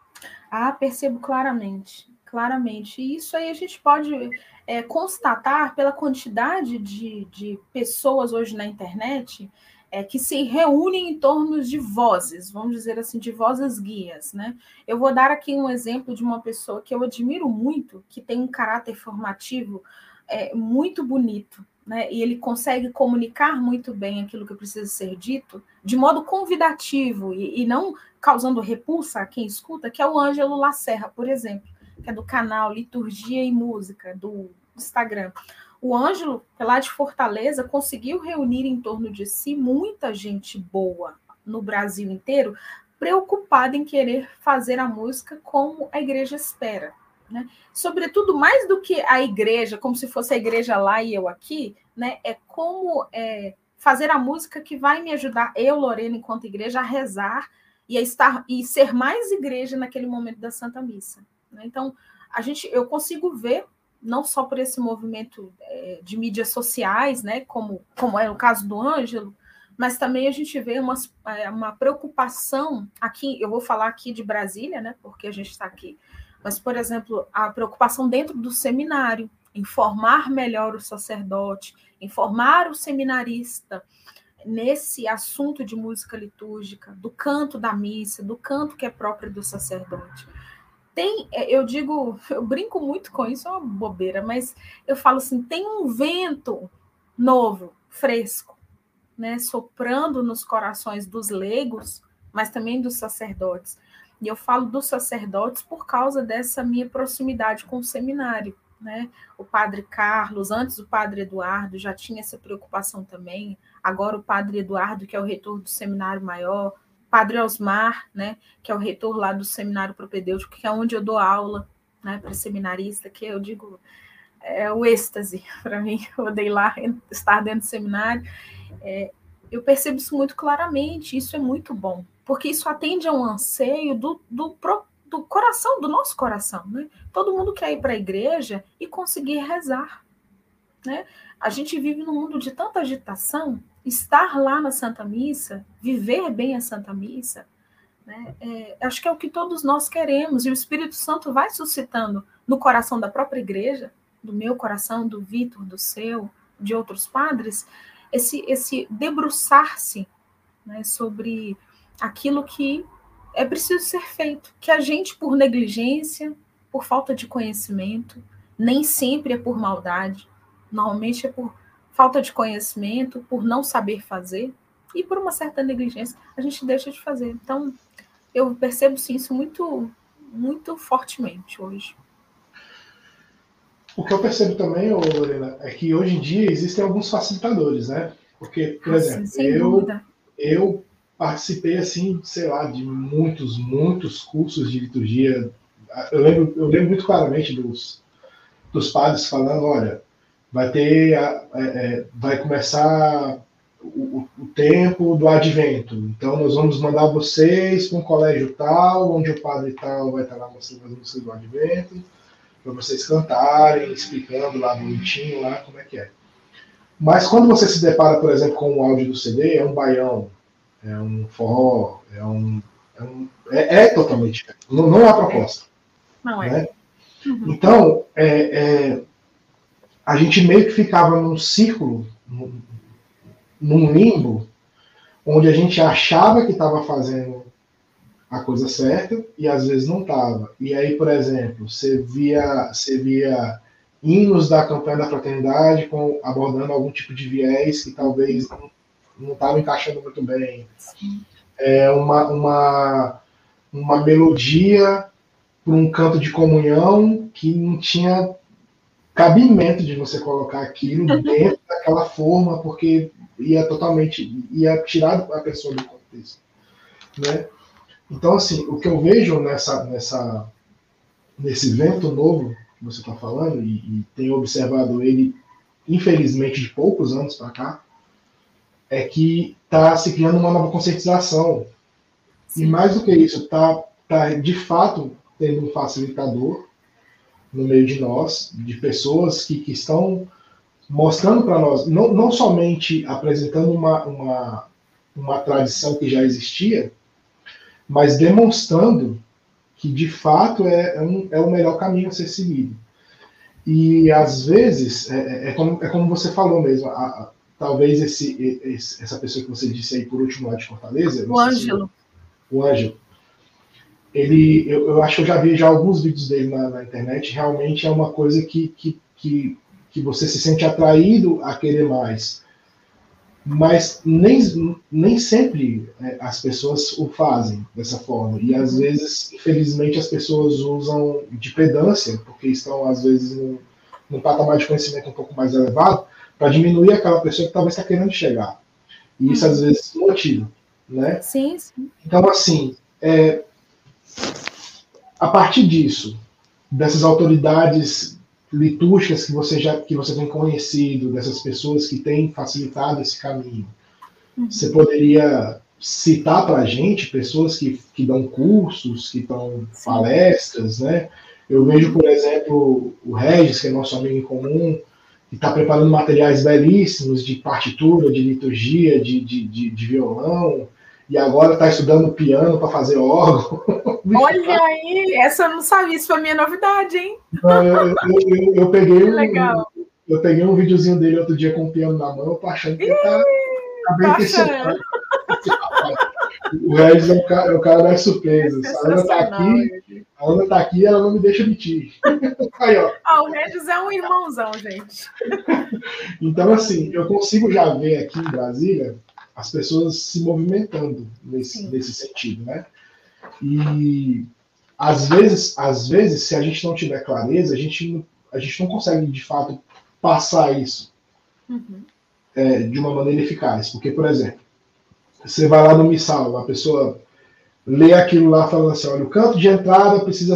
Percebo claramente, claramente. E isso aí a gente pode constatar pela quantidade de pessoas hoje na internet que se reúnem em torno de vozes, vamos dizer assim, de vozes guias, né? Eu vou dar aqui um exemplo de uma pessoa que eu admiro muito, que tem um caráter formativo muito bonito, né? E ele consegue comunicar muito bem aquilo que precisa ser dito de modo convidativo e não causando repulsa a quem escuta, que é o Ângelo Lacerra, por exemplo, que é do canal Liturgia e Música, do Instagram. O Ângelo, lá de Fortaleza, conseguiu reunir em torno de si muita gente boa no Brasil inteiro, preocupada em querer fazer a música como a igreja espera. Né? Sobretudo, mais do que a igreja, como se fosse a igreja lá e eu aqui, né? É como fazer a música que vai me ajudar, eu, Lorena, enquanto igreja, a rezar e ser mais igreja naquele momento da Santa Missa. Né? Então, eu consigo ver, não só por esse movimento de mídias sociais, né? como é o caso do Ângelo, mas também a gente vê uma preocupação aqui, eu vou falar aqui de Brasília, né? Porque a gente está aqui, mas, por exemplo, a preocupação dentro do seminário, informar melhor o sacerdote, informar o seminarista nesse assunto de música litúrgica, do canto da missa, do canto que é próprio do sacerdote. Eu brinco muito com isso, é uma bobeira, mas eu falo assim, tem um vento novo, fresco, né, soprando nos corações dos leigos, mas também dos sacerdotes. E eu falo dos sacerdotes por causa dessa minha proximidade com o seminário. Né? O padre Carlos, antes o padre Eduardo, já tinha essa preocupação também. Agora o padre Eduardo, que é o reitor do Seminário Maior, o padre Osmar, né, que é o reitor lá do Seminário Propedêutico, que é onde eu dou aula, né, para seminarista, que eu digo, é o êxtase para mim, eu odeio lá estar dentro do seminário. Eu percebo isso muito claramente, isso é muito bom, porque isso atende a um anseio do coração, do nosso coração, né? Todo mundo quer ir para a igreja e conseguir rezar, né? A gente vive num mundo de tanta agitação, estar lá na Santa Missa, viver bem a Santa Missa, né? Acho que é o que todos nós queremos, e o Espírito Santo vai suscitando no coração da própria igreja, do meu coração, do Vitor, do seu, de outros padres, esse debruçar-se, né, sobre aquilo que é preciso ser feito, que a gente, por negligência, por falta de conhecimento, nem sempre é por maldade, normalmente é por falta de conhecimento, por não saber fazer, e por uma certa negligência, a gente deixa de fazer. Então, eu percebo, sim, isso muito, muito fortemente hoje. O que eu percebo também, Lorena, é que hoje em dia existem alguns facilitadores, né? Porque, por exemplo, eu participei, assim, sei lá, de muitos cursos de liturgia. Eu lembro muito claramente dos padres falando, olha, vai começar o tempo do advento. Então nós vamos mandar vocês para um colégio tal, onde o padre tal vai estar lá mostrando as músicas do advento, para vocês cantarem, explicando lá bonitinho lá como é que é. Mas quando você se depara, por exemplo, com o áudio do CD, é um baião, é um forró, é totalmente diferente. Não é a proposta. Não é. Né? Uhum. Então, a gente meio que ficava num círculo, num limbo, onde a gente achava que estava fazendo a coisa certa e às vezes não estava. E aí, por exemplo, você via hinos da campanha da fraternidade abordando algum tipo de viés que talvez não estava encaixando muito bem. Uma melodia para um canto de comunhão que não tinha cabimento de você colocar aquilo dentro daquela forma, porque ia tirar a pessoa do contexto, né? Então, assim, o que eu vejo nesse vento novo que você está falando, e tenho observado ele, infelizmente, de poucos anos para cá, é que está se criando uma nova conscientização. Sim. E mais do que isso, está de fato tendo um facilitador no meio de nós, de pessoas que estão mostrando para nós, não somente apresentando uma tradição que já existia, mas demonstrando que de fato é o melhor caminho a ser seguido. E às vezes, é como você falou mesmo, talvez essa pessoa que você disse aí por último lá de Fortaleza, o Ângelo. O Ângelo. Eu acho que eu já vi alguns vídeos dele na internet, realmente é uma coisa que você se sente atraído a querer mais. Mas nem sempre as pessoas o fazem dessa forma. E às vezes, infelizmente, as pessoas usam de pedância, porque estão, às vezes, num patamar de conhecimento um pouco mais elevado, para diminuir aquela pessoa que talvez está querendo chegar. E isso, às vezes, motiva. Né? Sim, sim. Então, assim, a partir disso, dessas autoridades litúrgicas que você tem conhecido, dessas pessoas que têm facilitado esse caminho, você poderia citar para a gente pessoas que dão cursos, que dão palestras, né? Eu vejo, por exemplo, o Regis, que é nosso amigo em comum, que está preparando materiais belíssimos de partitura, de liturgia, de violão, e agora está estudando piano para fazer órgão. Olha aí, essa eu não sabia, isso foi minha novidade, hein? Eu peguei um videozinho dele outro dia com o piano na mão, tô achando que tá bem intencionado. O Regis é o cara das surpresas. A Ana tá aqui e ela não me deixa mentir. Aí, ó. O Regis é um irmãozão, gente. Então, assim, eu consigo já ver aqui em Brasília as pessoas se movimentando nesse sentido, né? E às vezes, se a gente não tiver clareza, a gente não consegue, de fato, passar isso de uma maneira eficaz. Porque, por exemplo, você vai lá no missal, a pessoa lê aquilo lá falando assim, olha, o canto de entrada precisa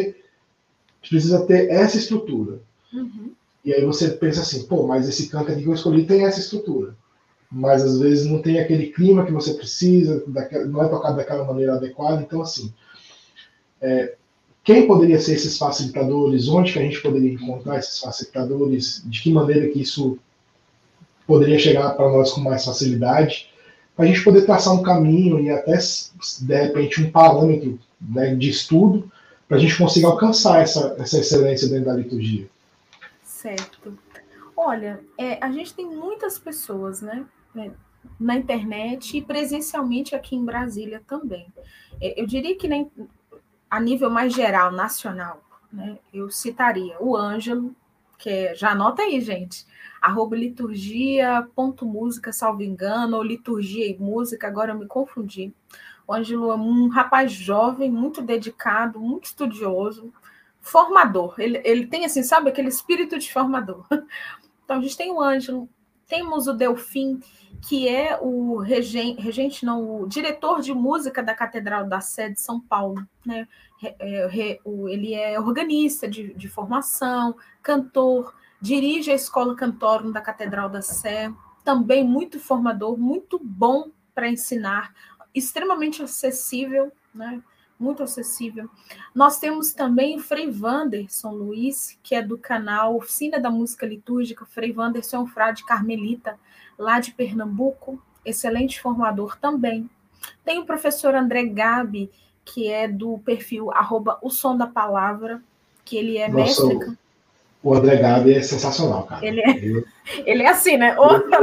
ter essa estrutura. E aí você pensa assim, pô, mas esse canto aqui que eu escolhi tem essa estrutura. Mas às vezes não tem aquele clima que você precisa, não é tocado daquela maneira adequada. Então, assim, quem poderia ser esses facilitadores? Onde que a gente poderia encontrar esses facilitadores? De que maneira que isso poderia chegar para nós com mais facilidade? Para a gente poder traçar um caminho e até, de repente, um parâmetro, né, de estudo para a gente conseguir alcançar essa excelência dentro da liturgia. Certo. Olha, a gente tem muitas pessoas, né? na internet e presencialmente aqui em Brasília também. Eu diria que nem a nível mais geral, nacional, né, eu citaria o Ângelo, que já anota aí, gente, @liturgia.música, salvo engano, ou liturgia e música, agora eu me confundi. O Ângelo é um rapaz jovem, muito dedicado, muito estudioso, formador. Ele tem, assim, sabe, aquele espírito de formador. Então, a gente tem o Ângelo, temos o Delfim, que é o regente, não, o diretor de música da Catedral da Sé de São Paulo, né? Ele é organista de formação, cantor, dirige a Escola Cantorum da Catedral da Sé, também muito formador, muito bom para ensinar, extremamente acessível, né? Muito acessível. Nós temos também o Frei Wanderson Luiz, que é do canal Oficina da Música Litúrgica. O Frei Wanderson é um frade carmelita, lá de Pernambuco, excelente formador também. Tem o professor André Gabi, que é do perfil @o som da palavra, que ele é mestre. O André Gabi é sensacional, cara. Ele é assim, né?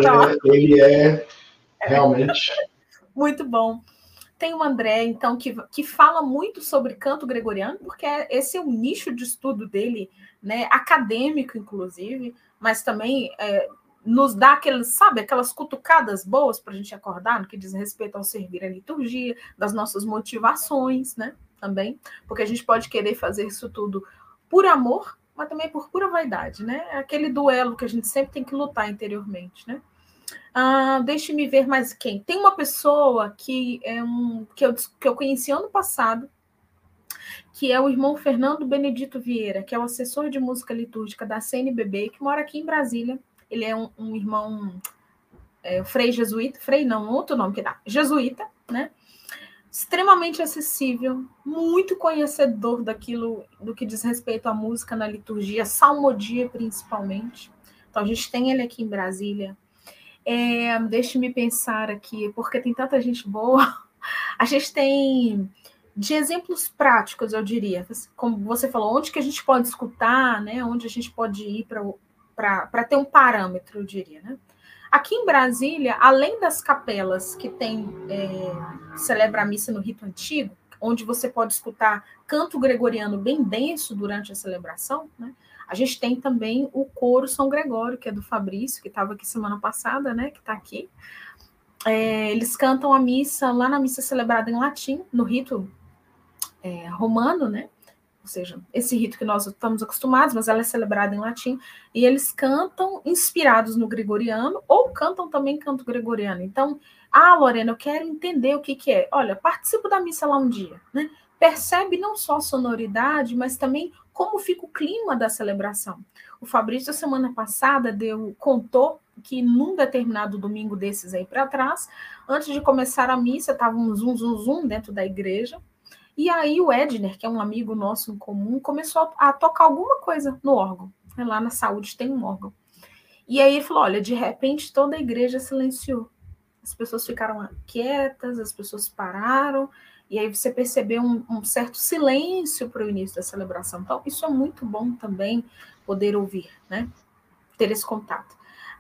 Ele é realmente muito bom. Tem o André, então, que fala muito sobre canto gregoriano, porque esse é um nicho de estudo dele, né, acadêmico, inclusive, mas também nos dá aquelas cutucadas boas para a gente acordar, no que diz respeito ao servir a liturgia, das nossas motivações, né, também, porque a gente pode querer fazer isso tudo por amor, mas também por pura vaidade, né, aquele duelo que a gente sempre tem que lutar interiormente, né. Deixe-me ver mais quem. Tem uma pessoa que eu conheci ano passado, que é o irmão Fernando Benedito Vieira, que é o assessor de música litúrgica da CNBB, que mora aqui em Brasília. Ele é um irmão frei jesuíta, frei não, outro nome que dá, jesuíta, né? Extremamente acessível, muito conhecedor do que diz respeito à música na liturgia, salmodia principalmente. Então, a gente tem ele aqui em Brasília. Deixe-me pensar aqui, porque tem tanta gente boa. A gente tem de exemplos práticos, eu diria, como você falou, onde que a gente pode escutar, né? Onde a gente pode ir para ter um parâmetro, eu diria, né? Aqui em Brasília, além das capelas que tem celebra a missa no rito antigo, onde você pode escutar canto gregoriano bem denso durante a celebração, né? A gente tem também o coro São Gregório, que é do Fabrício, que estava aqui semana passada, né? Que está aqui. Eles cantam a missa lá na missa celebrada em latim, no rito romano, né? Ou seja, esse rito que nós estamos acostumados, mas ela é celebrada em latim, e eles cantam inspirados no gregoriano, ou cantam também canto gregoriano. Então, Lorena, eu quero entender o que é. Olha, participo da missa lá um dia, né? Percebe não só a sonoridade, mas também como fica o clima da celebração. O Fabrício, semana passada, contou que num determinado domingo desses aí para trás, antes de começar a missa, estava um zum dentro da igreja, e aí o Edner, que é um amigo nosso em comum, começou a tocar alguma coisa no órgão. Lá na Saúde tem um órgão. E aí ele falou, olha, de repente toda a igreja silenciou. As pessoas ficaram quietas, as pessoas pararam, e aí você percebeu um certo silêncio para o início da celebração. Então, isso é muito bom também poder ouvir, né? Ter esse contato.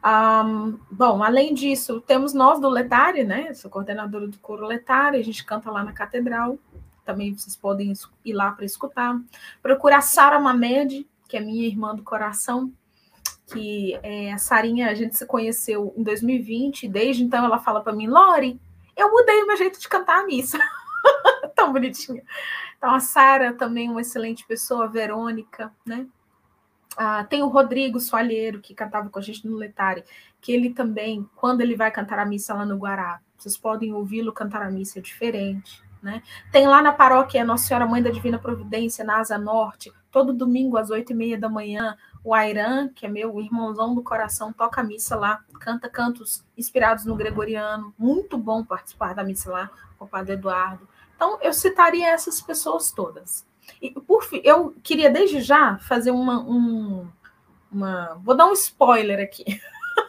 Bom, além disso, temos nós do Letare, né? Eu sou coordenadora do coro Letare, a gente canta lá na catedral. Também vocês podem ir lá para escutar. Procurar Sara Mamed, que é minha irmã do coração, que a Sarinha, a gente se conheceu em 2020, desde então ela fala para mim, Lori, eu mudei o meu jeito de cantar a missa. Tão bonitinha. Então, a Sara também uma excelente pessoa, a Verônica, né? Tem o Rodrigo Soalheiro, que cantava com a gente no Letare, que ele também, quando ele vai cantar a missa lá no Guará, vocês podem ouvi-lo cantar a missa diferente, né? Tem lá na paróquia Nossa Senhora Mãe da Divina Providência, na Asa Norte, todo domingo às 8h30 da manhã, o Airan, que é meu irmãozão do coração, toca a missa lá, canta cantos inspirados no gregoriano, muito bom participar da missa lá com o Padre Eduardo. Então, eu citaria essas pessoas todas. E, por fim, eu queria desde já fazer vou dar um spoiler aqui.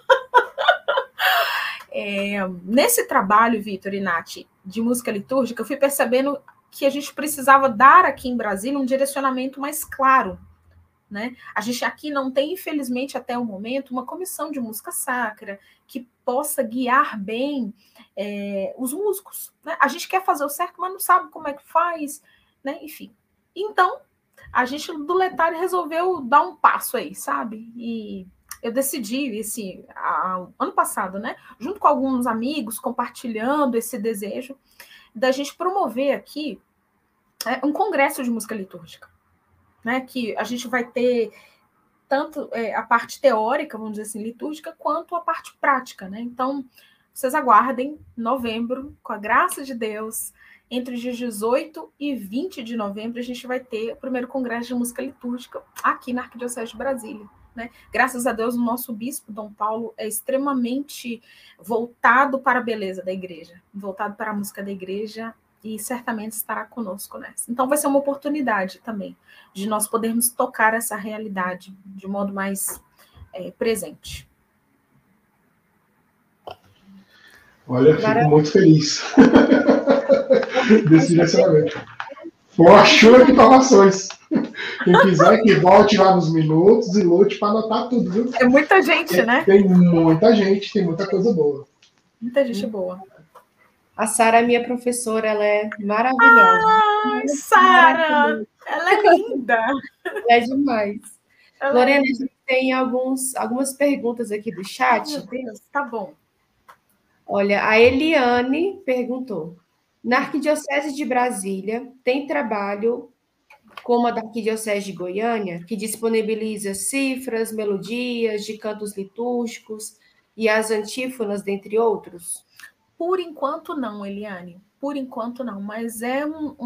Nesse trabalho, Vitor e Nath, de música litúrgica, eu fui percebendo que a gente precisava dar aqui em Brasília um direcionamento mais claro né? A gente aqui não tem, infelizmente, até o momento, uma comissão de música sacra que possa guiar bem os músicos, né? A gente quer fazer o certo, mas não sabe como é que faz, né? Enfim. Então, a gente do Letário resolveu dar um passo aí, sabe? E eu decidi, ano passado, né? Junto com alguns amigos, compartilhando esse desejo da gente promover aqui um congresso de música litúrgica, né? Que a gente vai ter tanto a parte teórica, vamos dizer assim, litúrgica, quanto a parte prática, né? Então, vocês aguardem, novembro, com a graça de Deus, entre os dias 18 e 20 de novembro, a gente vai ter o primeiro congresso de música litúrgica aqui na Arquidiocese de Brasília, né? Graças a Deus, o nosso bispo, Dom Paulo, é extremamente voltado para a beleza da igreja, voltado para a música da igreja, e certamente estará conosco nessa. Então, vai ser uma oportunidade também de nós podermos tocar essa realidade de modo mais presente. Olha, fico muito feliz desse direcionamento. Uma chuva de informações. Quem quiser que volte lá nos minutos e lute para anotar tudo, viu? É muita gente, né? Tem muita gente, tem muita coisa boa. Muita gente boa. A Sara, minha professora, ela é maravilhosa. Ai, Sara! Ela é linda! Ela é demais. Lorena, a gente tem algumas perguntas aqui do chat. Meu Deus, tá bom. Olha, a Eliane perguntou: na Arquidiocese de Brasília, tem trabalho como a da Arquidiocese de Goiânia, que disponibiliza cifras, melodias de cantos litúrgicos e as antífonas, dentre outros? Por enquanto não, Eliane. Por enquanto não, mas é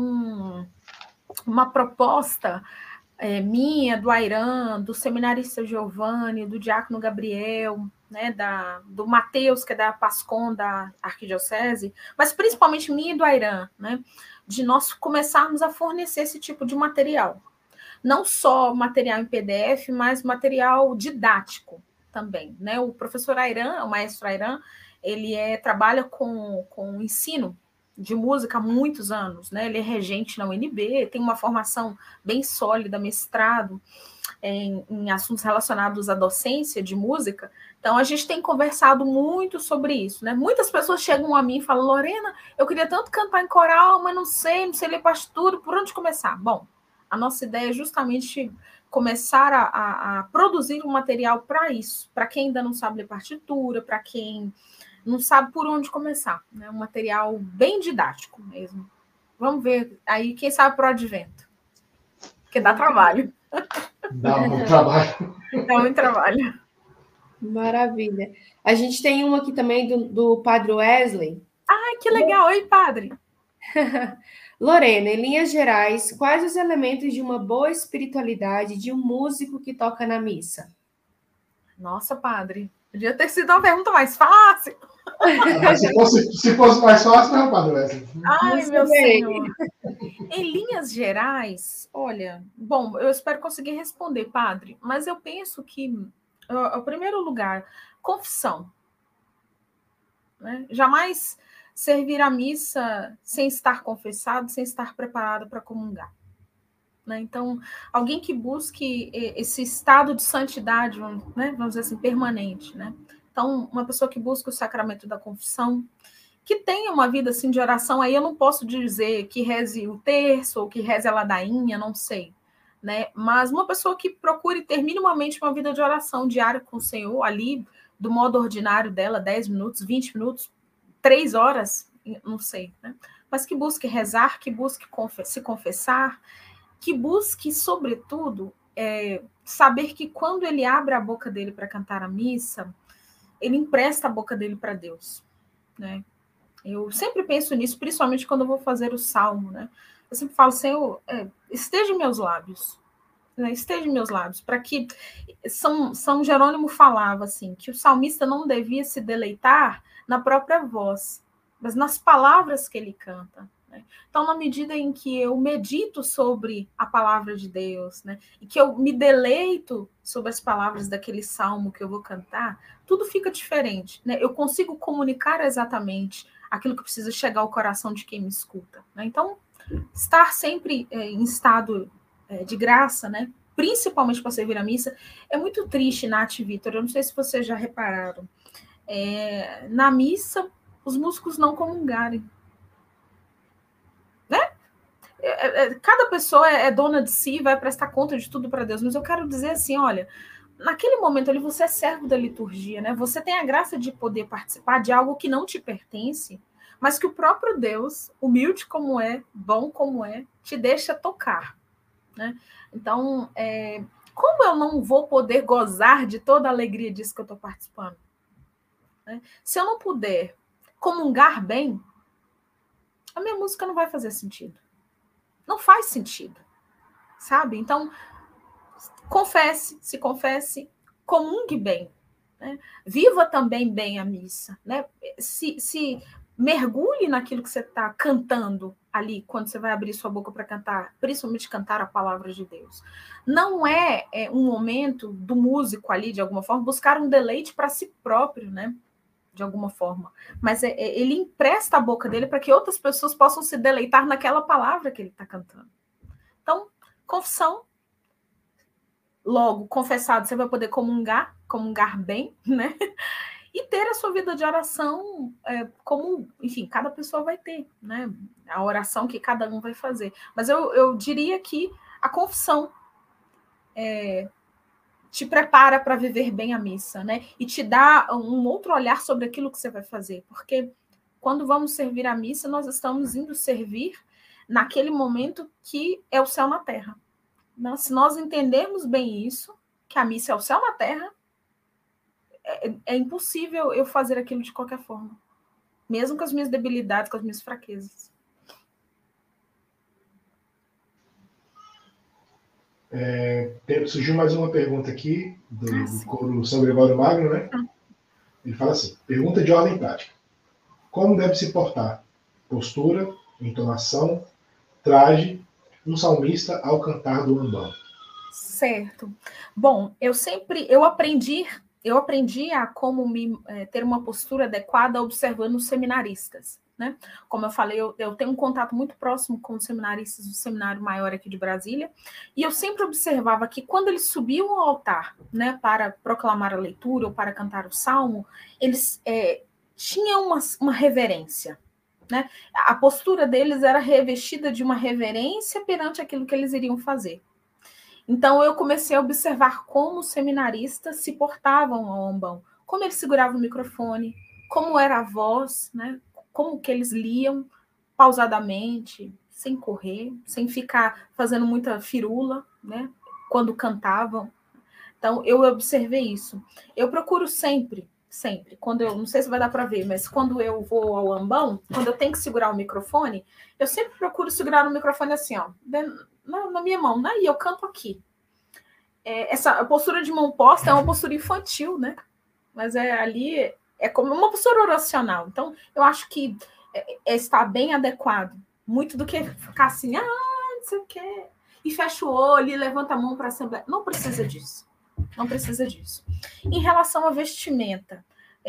uma proposta minha, do Airan, do seminarista Giovanni, do diácono Gabriel, né, do Mateus, que é da Pascom, da Arquidiocese, mas principalmente minha e do Airan, né, de nós começarmos a fornecer esse tipo de material. Não só material em PDF, mas material didático também, né? O professor Airan, o maestro Airan, ele trabalha com ensino de música há muitos anos, né? Ele é regente na UNB, tem uma formação bem sólida, mestrado em assuntos relacionados à docência de música. Então, a gente tem conversado muito sobre isso, né? Muitas pessoas chegam a mim e falam: Lorena, eu queria tanto cantar em coral, mas não sei ler partitura, por onde começar? Bom, a nossa ideia é justamente começar a produzir um material para isso, para quem ainda não sabe ler partitura, para quem não sabe por onde começar, né? Um material bem didático mesmo. Vamos ver aí, quem sabe para o advento. Porque dá trabalho. Dá muito trabalho. Dá muito trabalho. Maravilha. A gente tem uma aqui também do Padre Wesley. Ai, que legal. Oi, padre. Lorena, em linhas gerais, quais os elementos de uma boa espiritualidade de um músico que toca na missa? Nossa, padre. Podia ter sido uma pergunta mais fácil. Se fosse mais fácil, não, Padre Wesley. Ai, meu Senhor. Em linhas gerais, olha, bom, eu espero conseguir responder, padre, mas eu penso que, em primeiro lugar, confissão. Né? Jamais servir a missa sem estar confessado, sem estar preparado para comungar. Né? Então, alguém que busque esse estado de santidade, né? Vamos dizer assim, permanente. Né? Então, uma pessoa que busca o sacramento da confissão, que tenha uma vida assim de oração, aí eu não posso dizer que reze o terço ou que reze a ladainha, não sei, né? Mas uma pessoa que procure ter minimamente uma vida de oração diária com o Senhor, ali, do modo ordinário dela, 10 minutos, 20 minutos, 3 horas, não sei, né? Mas que busque rezar, que busque se confessar, que busque, sobretudo, saber que quando ele abre a boca dele para cantar a missa, ele empresta a boca dele para Deus, né? Eu sempre penso nisso, principalmente quando eu vou fazer o salmo, né? Eu sempre falo, Senhor, esteja em meus lábios, né? Esteja em meus lábios, para que São Jerônimo falava assim, que o salmista não devia se deleitar na própria voz, mas nas palavras que ele canta. Né? Então, na medida em que eu medito sobre a palavra de Deus, né? E que eu me deleito sobre as palavras daquele salmo que eu vou cantar, tudo fica diferente. Né? Eu consigo comunicar exatamente aquilo que precisa chegar ao coração de quem me escuta. Né? Então, estar sempre em estado de graça, né? principalmente para servir a missa. É muito triste, Nath e Vitor, eu não sei se vocês já repararam. Na missa, os músicos não comungarem. Né? Cada pessoa é dona de si, vai prestar conta de tudo para Deus, mas eu quero dizer assim, olha, naquele momento ali você é servo da liturgia, né? Você tem a graça de poder participar de algo que não te pertence, mas que o próprio Deus, humilde como é, bom como é, te deixa tocar, né? Então, como eu não vou poder gozar de toda a alegria disso que eu estou participando? Né? Se eu não puder comungar bem, a minha música não vai fazer sentido. Não faz sentido, sabe? Então, se confesse, comungue bem, né? Viva também bem a missa, né? Se mergulhe naquilo que você está cantando ali, quando você vai abrir sua boca para cantar, principalmente cantar a palavra de Deus. Não é um momento do músico ali, de alguma forma, buscar um deleite para si próprio, né? De alguma forma. Mas ele empresta a boca dele para que outras pessoas possam se deleitar naquela palavra que ele está cantando. Então, confissão. Logo, confessado, você vai poder comungar bem, né? E ter a sua vida de oração como, enfim, cada pessoa vai ter, né? A oração que cada um vai fazer. Mas eu diria que a confissão te prepara para viver bem a missa, né? E te dá um outro olhar sobre aquilo que você vai fazer. Porque quando vamos servir a missa, nós estamos indo servir naquele momento que é o céu na terra. Se nós entendermos bem isso, que a missa é o céu na terra, é impossível eu fazer aquilo de qualquer forma. Mesmo com as minhas debilidades, com as minhas fraquezas. Surgiu mais uma pergunta aqui do coro São Gregório Magno, né? Ele fala assim, pergunta de ordem prática. Como deve se portar? Postura, entonação, traje, um salmista ao cantar do ambão. Certo. Bom, eu aprendi a como ter uma postura adequada observando os seminaristas, né? Como eu falei, eu tenho um contato muito próximo com os seminaristas do Seminário Maior aqui de Brasília, e eu sempre observava que quando eles subiam ao altar, né, para proclamar a leitura ou para cantar o salmo, eles tinham uma reverência, né? A postura deles era revestida de uma reverência perante aquilo que eles iriam fazer. Então, eu comecei a observar como os seminaristas se portavam ao ambão, como eles seguravam o microfone, como era a voz, né? Como que eles liam pausadamente, sem correr, sem ficar fazendo muita firula, né? Quando cantavam. Então, eu observei isso. Eu procuro sempre, quando eu, não sei se vai dar para ver, mas quando eu vou ao ambão, quando eu tenho que segurar o microfone, eu sempre procuro segurar o microfone assim, ó, na minha mão, né? E eu canto aqui. Essa postura de mão posta é uma postura infantil, né? Mas ali é como uma postura oracional. Então, eu acho que está bem adequado. Muito do que ficar assim, não sei o quê, e fecha o olho e levanta a mão para a Assembleia. Não precisa disso. Não precisa disso. Em relação à vestimenta,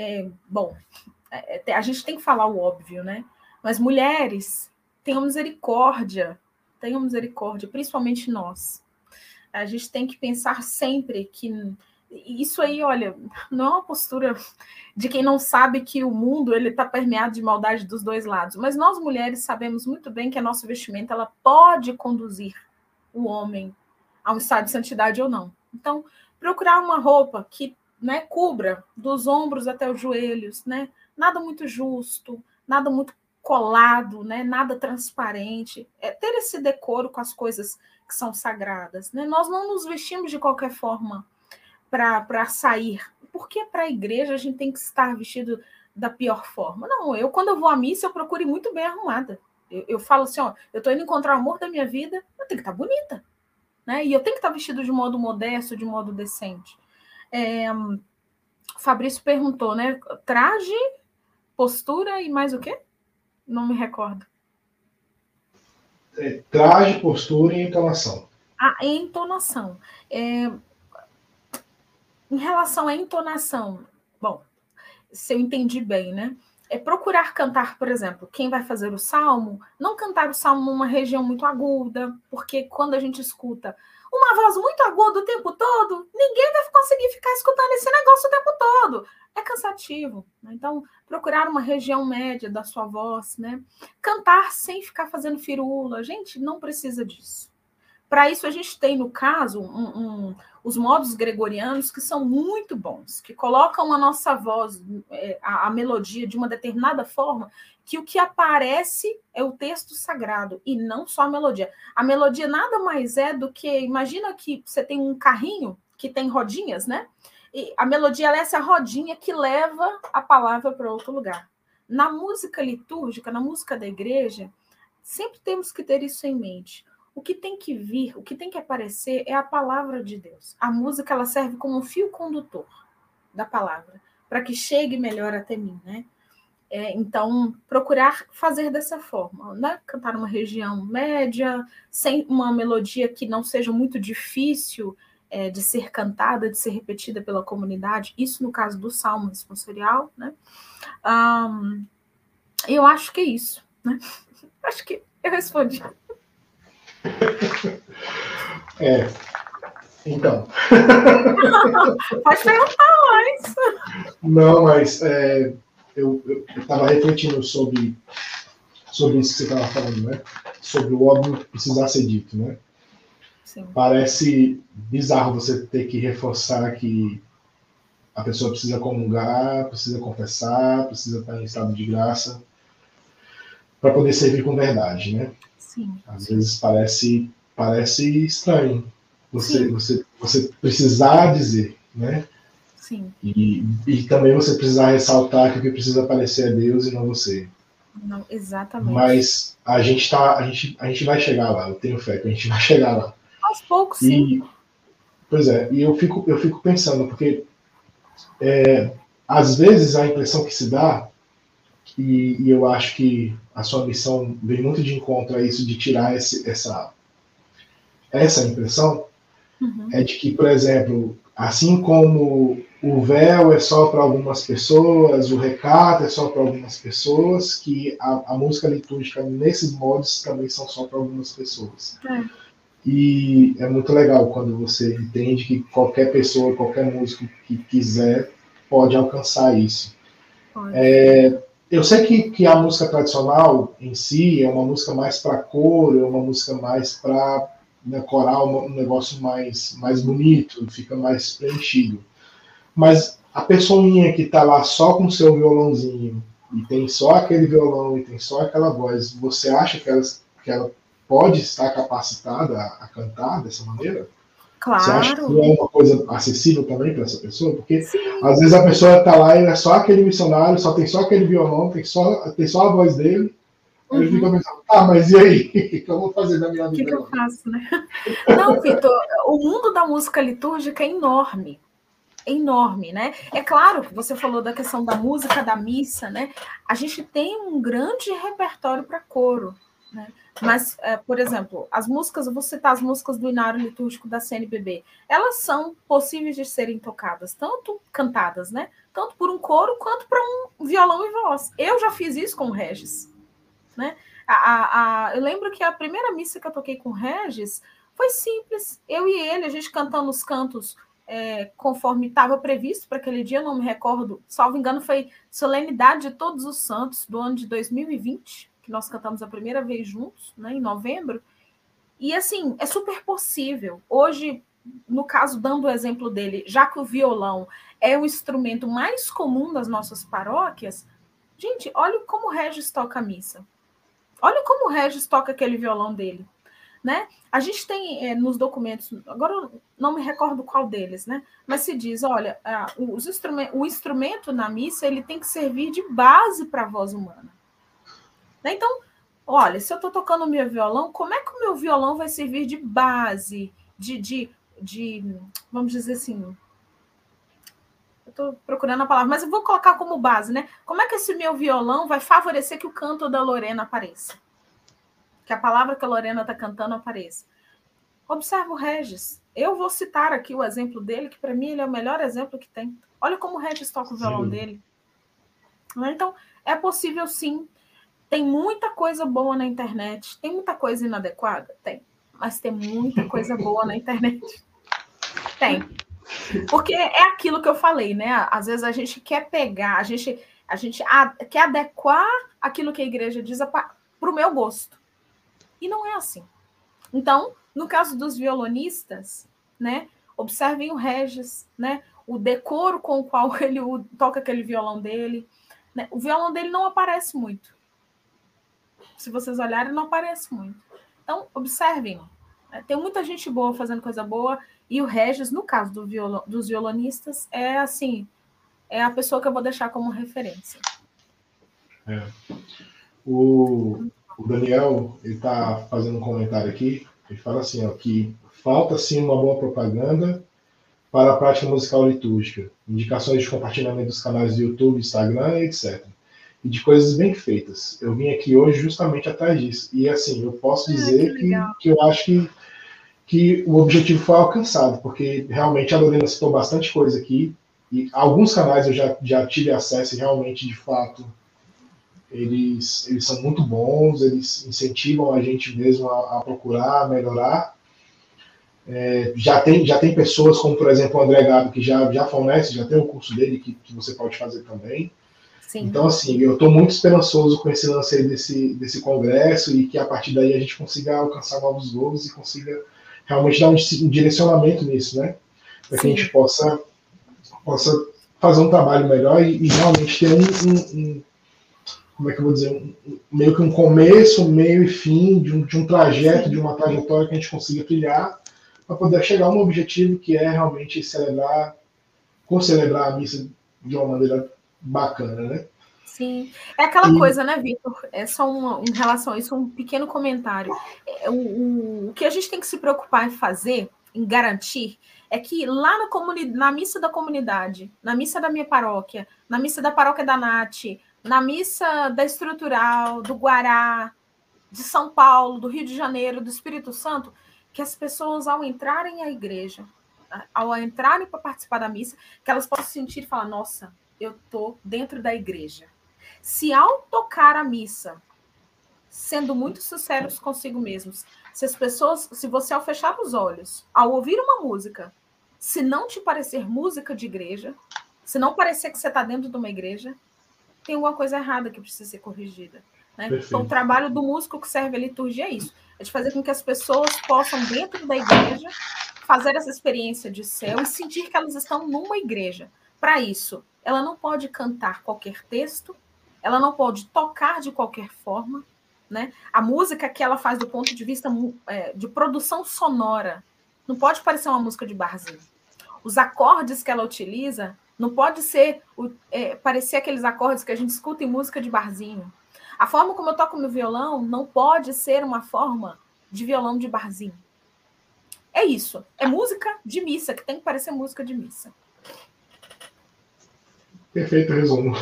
a gente tem que falar o óbvio, né? Mas mulheres, tenham misericórdia, principalmente nós. A gente tem que pensar sempre que isso aí, olha, não é uma postura de quem não sabe que o mundo ele está permeado de maldade dos dois lados. Mas nós, mulheres, sabemos muito bem que a nossa vestimenta ela pode conduzir o homem a um estado de santidade ou não. Então, procurar uma roupa que, né, cubra dos ombros até os joelhos, né? Nada muito justo, nada muito colado, né? Nada transparente. Ter esse decoro com as coisas que são sagradas, né? Nós não nos vestimos de qualquer forma para sair. Porque para a igreja a gente tem que estar vestido da pior forma. Não, quando eu vou à missa, eu procuro ir muito bem arrumada. Eu falo assim, ó, eu estou indo encontrar o amor da minha vida, eu tenho que estar bonita. Né? E eu tenho que estar vestido de modo modesto, de modo decente. Fabrício perguntou, né? Traje, postura e mais o quê? Não me recordo. Traje, postura e entonação. Entonação. Em relação à entonação, bom, se eu entendi bem, né? Procurar cantar, por exemplo, quem vai fazer o salmo, não cantar o salmo numa região muito aguda, porque quando a gente escuta uma voz muito aguda o tempo todo, ninguém vai conseguir ficar escutando esse negócio o tempo todo. É cansativo, né? Então, procurar uma região média da sua voz, né? Cantar sem ficar fazendo firula. Gente, não precisa disso. Para isso, a gente tem, no caso, os modos gregorianos que são muito bons, que colocam a nossa voz, a melodia de uma determinada forma, que o que aparece é o texto sagrado e não só a melodia. A melodia nada mais é do que, imagina que você tem um carrinho que tem rodinhas, né? E a melodia é essa rodinha que leva a palavra para outro lugar. Na música litúrgica, na música da igreja, sempre temos que ter isso em mente. O que tem que vir, o que tem que aparecer é a palavra de Deus. A música, ela serve como um fio condutor da palavra, para que chegue melhor até mim, né? Então, procurar fazer dessa forma, né? Cantar numa região média, sem uma melodia que não seja muito difícil de ser cantada, de ser repetida pela comunidade. Isso no caso do salmo responsorial, né? Eu acho que é isso, né? Acho que eu respondi. Então. Pode perguntar mais. Não, mas eu estava refletindo sobre isso que você estava falando, né? Sobre o óbvio precisar ser dito, né? Sim. Parece bizarro você ter que reforçar que a pessoa precisa comungar, precisa confessar, precisa estar em estado de graça para poder servir com verdade, né? Sim. Às vezes parece estranho você precisar dizer, né? Sim. E também você precisar ressaltar que o que precisa aparecer é Deus e não você. Não, exatamente. Mas a gente vai chegar lá, eu tenho fé que a gente vai chegar lá. Aos poucos, sim. Pois é, e eu fico pensando, porque às vezes a impressão que se dá, e eu acho que a sua missão vem muito de encontro a isso, de tirar essa impressão, é de que, por exemplo, assim como o véu é só para algumas pessoas, o recato é só para algumas pessoas, que a música litúrgica nesses modos também são só para algumas pessoas. E é muito legal quando você entende que qualquer pessoa, qualquer músico que quiser pode alcançar isso. Eu sei que a música tradicional em si é uma música mais para coro, é uma música mais para coral, um negócio mais bonito, fica mais preenchido. Mas a pessoinha que está lá só com o seu violãozinho, e tem só aquele violão, e tem só aquela voz, você acha que ela pode estar capacitada a cantar dessa maneira? Claro. Você acha que é uma coisa acessível também para essa pessoa? Porque às vezes a pessoa está lá e é só aquele missionário, tem só aquele violão, tem só a voz dele. Aí fica pensando, mas e aí? O que eu vou fazer da minha vida? O que eu faço, né? Não, Vitor, o mundo da música litúrgica é enorme. É enorme, né? É claro que você falou da questão da música da missa, né? A gente tem um grande repertório para coro, né? Mas, por exemplo, as músicas, eu vou citar as músicas do Inário Litúrgico da CNBB, elas são possíveis de serem tocadas, tanto cantadas, né? Tanto por um coro quanto para um violão e voz. Eu já fiz isso com o Regis, né? Eu lembro que a primeira missa que eu toquei com o Regis foi simples, eu e ele, a gente cantando os cantos conforme estava previsto para aquele dia, eu não me recordo, salvo engano, foi Solenidade de Todos os Santos do ano de 2020, que nós cantamos a primeira vez juntos, né, em novembro, e assim, é super possível. Hoje, no caso, dando o exemplo dele, já que o violão é o instrumento mais comum das nossas paróquias, gente, olha como o Regis toca a missa. Olha como o Regis toca aquele violão dele, né? A gente tem nos documentos, agora eu não me recordo qual deles, né? Mas se diz, olha, o instrumento na missa ele tem que servir de base para a voz humana. Né? Então, olha, se eu estou tocando o meu violão, como é que o meu violão vai servir de base, de vamos dizer assim, eu estou procurando a palavra, mas eu vou colocar como base, né? Como é que esse meu violão vai favorecer que o canto da Lorena apareça? Que a palavra que a Lorena está cantando apareça. Observa o Regis. Eu vou citar aqui o exemplo dele, que para mim ele é o melhor exemplo que tem. Olha como o Regis toca o violão dele. Então, é possível sim. Tem muita coisa boa na internet. Tem muita coisa inadequada? Tem. mas tem muita coisa boa na internet. Tem. Porque é aquilo que eu falei, né? Às vezes a gente quer pegar, a gente quer adequar aquilo que a igreja diz para o meu gosto. E não é assim. Então, no caso dos violonistas, né? Observem o Regis, né? O decoro com o qual ele toca aquele violão dele. Né? O violão dele não aparece muito. Se vocês olharem, não aparece muito. Então, observem. Tem muita gente boa fazendo coisa boa. E o Regis, no caso dos violonistas, é assim, é a pessoa que eu vou deixar como referência. O Daniel, ele está fazendo um comentário aqui. Ele fala assim, ó, que falta sim uma boa propaganda para a prática musical litúrgica, indicações de compartilhamento dos canais do YouTube, Instagram, etc. E de coisas bem feitas. Eu vim aqui hoje justamente atrás disso. E assim, eu posso dizer que eu acho que o objetivo foi alcançado, porque realmente a Lorena citou bastante coisa aqui, e alguns canais eu já tive acesso e realmente, de fato, eles são muito bons, eles incentivam a gente mesmo a procurar, a melhorar. Já tem pessoas como, por exemplo, o André Gabi, que já fornece, já tem o curso dele que você pode fazer também. Sim. Então, assim, eu estou muito esperançoso com esse lance aí desse congresso e que a partir daí a gente consiga alcançar novos gols e consiga realmente dar um direcionamento nisso, né? Para que a gente possa fazer um trabalho melhor e realmente ter como é que eu vou dizer, meio que um começo, meio e fim de um trajeto, de uma trajetória que a gente consiga trilhar para poder chegar a um objetivo que é realmente celebrar a missa de uma maneira bacana, né? Sim, é aquela coisa, né, Vitor? É só em relação a isso, um pequeno comentário. O que a gente tem que se preocupar em fazer, em garantir, é que lá na missa da comunidade, na missa da minha paróquia, na missa da paróquia da Nath, na missa da Estrutural, do Guará, de São Paulo, do Rio de Janeiro, do Espírito Santo, que as pessoas, ao entrarem à igreja, ao entrarem para participar da missa, que elas possam sentir e falar, nossa, eu estou dentro da igreja. Se ao tocar a missa, sendo muito sinceros consigo mesmos, se você ao fechar os olhos, ao ouvir uma música, se não te parecer música de igreja, se não parecer que você está dentro de uma igreja, tem alguma coisa errada que precisa ser corrigida. Né? Então, o trabalho do músico que serve a liturgia é isso, é de fazer com que as pessoas possam, dentro da igreja, fazer essa experiência de céu e sentir que elas estão numa igreja. Para isso, ela não pode cantar qualquer texto, ela não pode tocar de qualquer forma, né? A música que ela faz do ponto de vista de produção sonora não pode parecer uma música de barzinho. Os acordes que ela utiliza não pode parecer aqueles acordes que a gente escuta em música de barzinho. A forma como eu toco meu violão não pode ser uma forma de violão de barzinho. É isso. É música de missa, que tem que parecer música de missa. Perfeito resumo.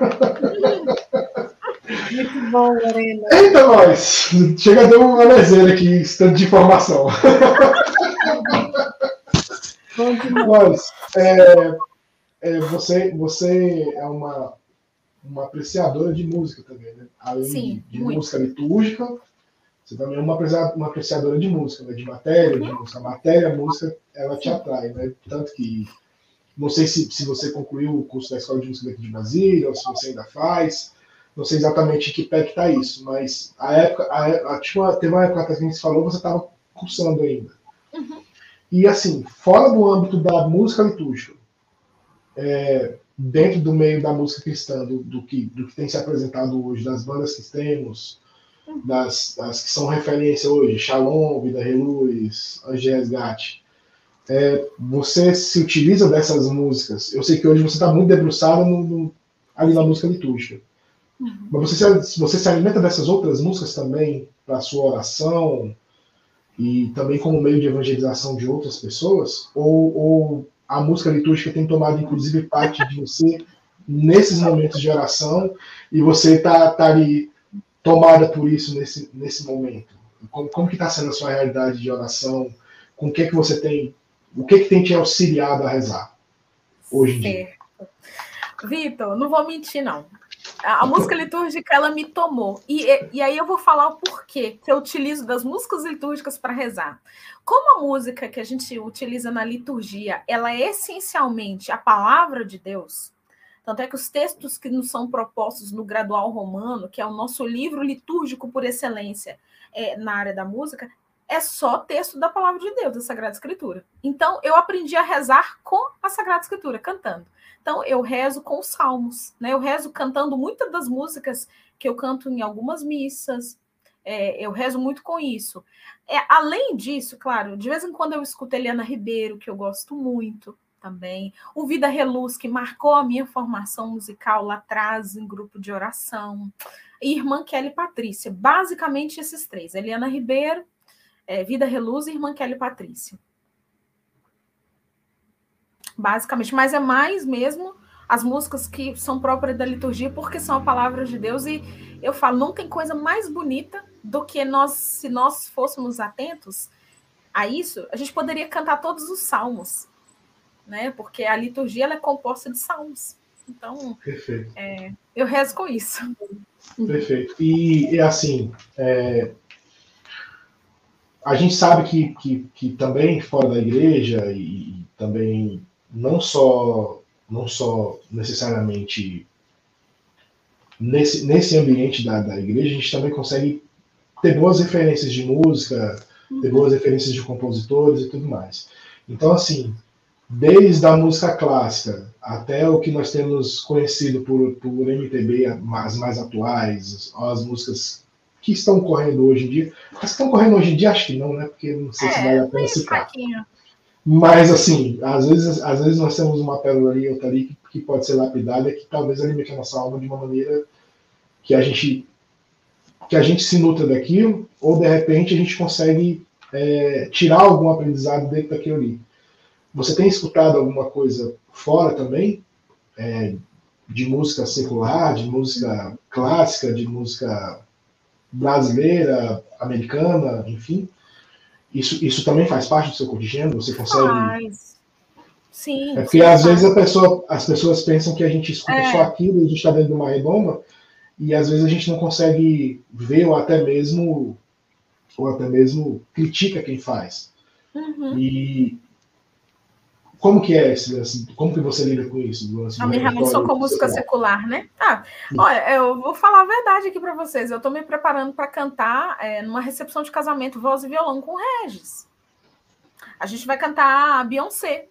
Muito bom, Lorena. Eita, nós! Chega a dar uma leseira aqui, tanto de informação. Mas, você é uma apreciadora de música também, né? Além de música litúrgica, você também é uma apreciadora de música, né? De matéria, de música. A matéria, a música, ela te atrai, né? Tanto que, não sei se você concluiu o curso da Escola de Música daqui de Brasília, ou se você ainda faz, não sei exatamente em que pé que está isso, mas teve uma época que a gente falou, você estava cursando ainda. Uhum. E assim, fora do âmbito da música litúrgica, dentro do meio da música cristã, do que tem se apresentado hoje, das bandas que temos, das que são referência hoje, Shalom, Vida Reluz, Anjo Resgate, você se utiliza dessas músicas. Eu sei que hoje você está muito debruçada ali na música litúrgica. Uhum. Mas você se alimenta dessas outras músicas também para a sua oração e também como meio de evangelização de outras pessoas? Ou a música litúrgica tem tomado, inclusive, parte de você nesses momentos de oração e você está ali tomada por isso nesse momento? Como que está sendo a sua realidade de oração? Com o que você tem... O que tem te auxiliado a rezar hoje em dia? Vitor, não vou mentir, não. A música litúrgica, ela me tomou. E aí eu vou falar o porquê que eu utilizo das músicas litúrgicas para rezar. Como a música que a gente utiliza na liturgia, ela é essencialmente a palavra de Deus, tanto é que os textos que nos são propostos no Gradual Romano, que é o nosso livro litúrgico por excelência na área da música, é só texto da palavra de Deus, da Sagrada Escritura. Então, eu aprendi a rezar com a Sagrada Escritura, cantando. Então, eu rezo com os salmos, né? Eu rezo cantando muitas das músicas que eu canto em algumas missas. Eu rezo muito com isso. Além disso, claro, de vez em quando eu escuto Eliana Ribeiro, que eu gosto muito também. O Vida Reluz, que marcou a minha formação musical lá atrás, em grupo de oração. E Irmã Kelly Patrícia. Basicamente esses três. Eliana Ribeiro, Vida Reluz e Irmã Kelly Patrícia. Basicamente, mas é mais mesmo as músicas que são próprias da liturgia, porque são a palavra de Deus, e eu falo, não tem coisa mais bonita do que se nós fôssemos atentos a isso, a gente poderia cantar todos os salmos, né? Porque a liturgia ela é composta de salmos. Então, eu rezo com isso. Perfeito. E assim, a gente sabe que também fora da igreja e também não só necessariamente nesse ambiente da igreja, a gente também consegue ter boas referências de música, ter boas referências de compositores e tudo mais. Então, assim, desde a música clássica até o que nós temos conhecido por MPB, as mais atuais, as músicas que estão correndo hoje em dia. As que estão correndo hoje em dia, acho que não, né? Porque não sei se vale a pena citar. Mas, assim, às vezes nós temos uma pérola ali, outra ali, que pode ser lapidada, que talvez alimente a nossa alma de uma maneira que a gente se nutra daquilo, ou de repente a gente consegue tirar algum aprendizado dentro daquilo ali. Você tem escutado alguma coisa fora também? De música secular, de música clássica, de música brasileira, americana, enfim? Isso também faz parte do seu cotidiano? Você consegue... Faz. Sim. Porque sim, às vezes as pessoas pensam que a gente escuta só aquilo, a gente está dentro de uma redoma, e às vezes a gente não consegue ver ou até mesmo critica quem faz. Uhum. E como que é como que você lida com isso? A minha relação com música secular, né? Olha, eu vou falar a verdade aqui para vocês. Eu estou me preparando para cantar numa recepção de casamento, voz e violão com Regis. A gente vai cantar a Beyoncé.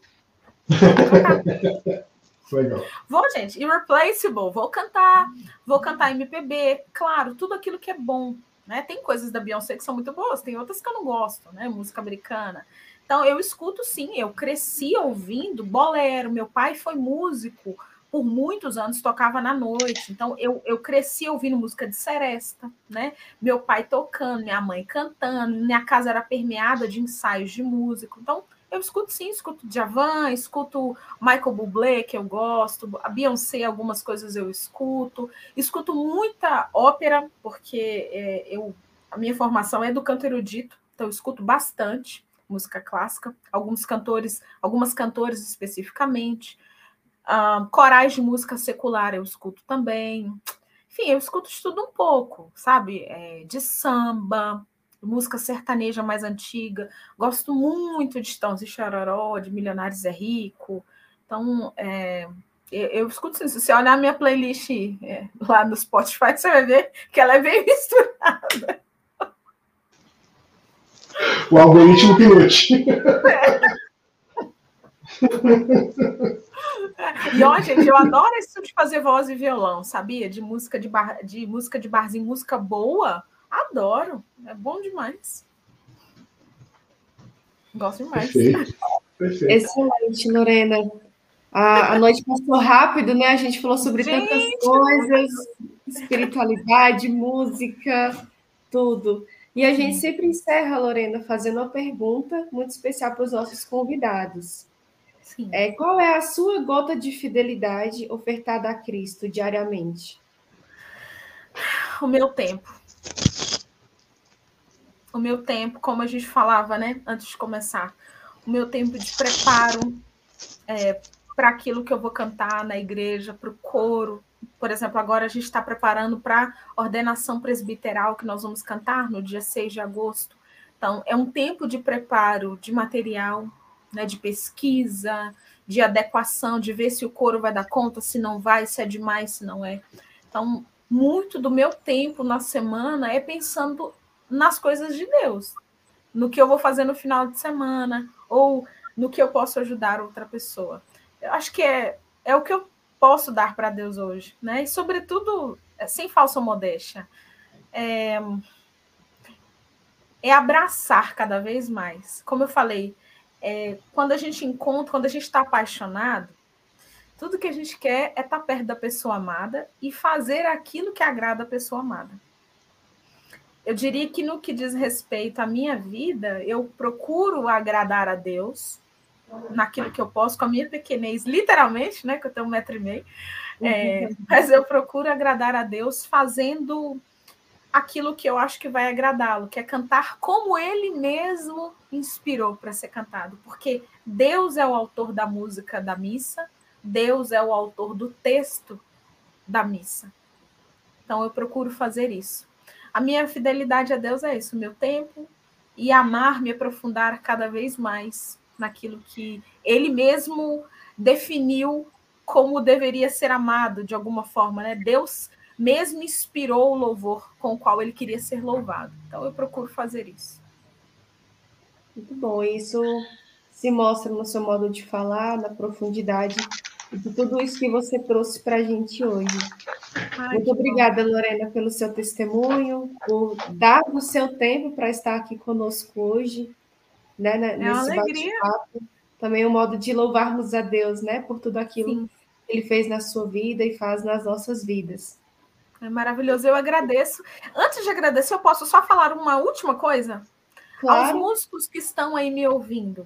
Legal. Vou, gente, Irreplaceable, vou cantar MPB, claro, tudo aquilo que é bom, né? Tem coisas da Beyoncé que são muito boas, tem outras que eu não gosto, né? Música americana. Então, eu escuto sim, eu cresci ouvindo bolero, meu pai foi músico, por muitos anos tocava na noite, então eu cresci ouvindo música de seresta, né? Meu pai tocando, minha mãe cantando, minha casa era permeada de ensaios de músico, então eu escuto sim, escuto Djavan, escuto Michael Bublé, que eu gosto, a Beyoncé, algumas coisas eu escuto muita ópera, porque a minha formação é do canto erudito, então eu escuto bastante música clássica, algumas cantoras especificamente, corais de música secular eu escuto também, enfim, eu escuto de tudo um pouco, sabe, de samba, música sertaneja mais antiga, gosto muito de Tons e Chororó, de Milionários é Rico, então eu escuto isso. Se você olhar a minha playlist lá no Spotify, você vai ver que ela é bem misturada. O algoritmo pilote. E ó, gente, eu adoro isso de fazer voz e violão, sabia? De música de barzinho, música boa, adoro. É bom demais. Gosto demais. Perfeito. Excelente, Lorena. A noite passou rápido, né? A gente falou sobre tantas coisas, espiritualidade, música, tudo. E a gente sempre encerra, Lorena, fazendo uma pergunta muito especial para os nossos convidados. Sim. Qual é a sua gota de fidelidade ofertada a Cristo diariamente? O meu tempo. O meu tempo, como a gente falava, né, antes de começar. O meu tempo de preparo para aquilo que eu vou cantar na igreja, para o coro. Por exemplo, agora a gente está preparando para a ordenação presbiteral que nós vamos cantar no dia 6 de agosto. Então, é um tempo de preparo de material, né, de pesquisa, de adequação, de ver se o coro vai dar conta, se não vai, se é demais, se não é. Então, muito do meu tempo na semana é pensando nas coisas de Deus, no que eu vou fazer no final de semana, ou no que eu posso ajudar outra pessoa. Eu acho que é o que eu posso dar para Deus hoje, né? E, sobretudo, sem falsa modéstia, é abraçar cada vez mais. Como eu falei, quando a gente encontra, quando a gente está apaixonado, tudo que a gente quer é estar perto da pessoa amada e fazer aquilo que agrada a pessoa amada. Eu diria que no que diz respeito à minha vida, eu procuro agradar a Deus naquilo que eu posso, com a minha pequenez, literalmente, né, que eu tenho 1,5 m, mas eu procuro agradar a Deus fazendo aquilo que eu acho que vai agradá-lo, que é cantar como ele mesmo inspirou para ser cantado, porque Deus é o autor da música da missa, Deus é o autor do texto da missa. Então eu procuro fazer isso. A minha fidelidade a Deus é isso, o meu tempo, e amar, me aprofundar cada vez mais naquilo que ele mesmo definiu como deveria ser amado, de alguma forma, né? Deus mesmo inspirou o louvor com o qual ele queria ser louvado. Então, eu procuro fazer isso. Muito bom. Isso se mostra no seu modo de falar, na profundidade de tudo isso que você trouxe para a gente hoje. Muito obrigada, Lorena, pelo seu testemunho, por dar o seu tempo para estar aqui conosco hoje, né, nesse bate-papo. Também um modo de louvarmos a Deus, né, por tudo aquilo que ele fez na sua vida e faz nas nossas vidas. É maravilhoso, eu agradeço. Antes de agradecer, eu posso só falar uma última coisa? Claro. Aos músicos que estão aí me ouvindo,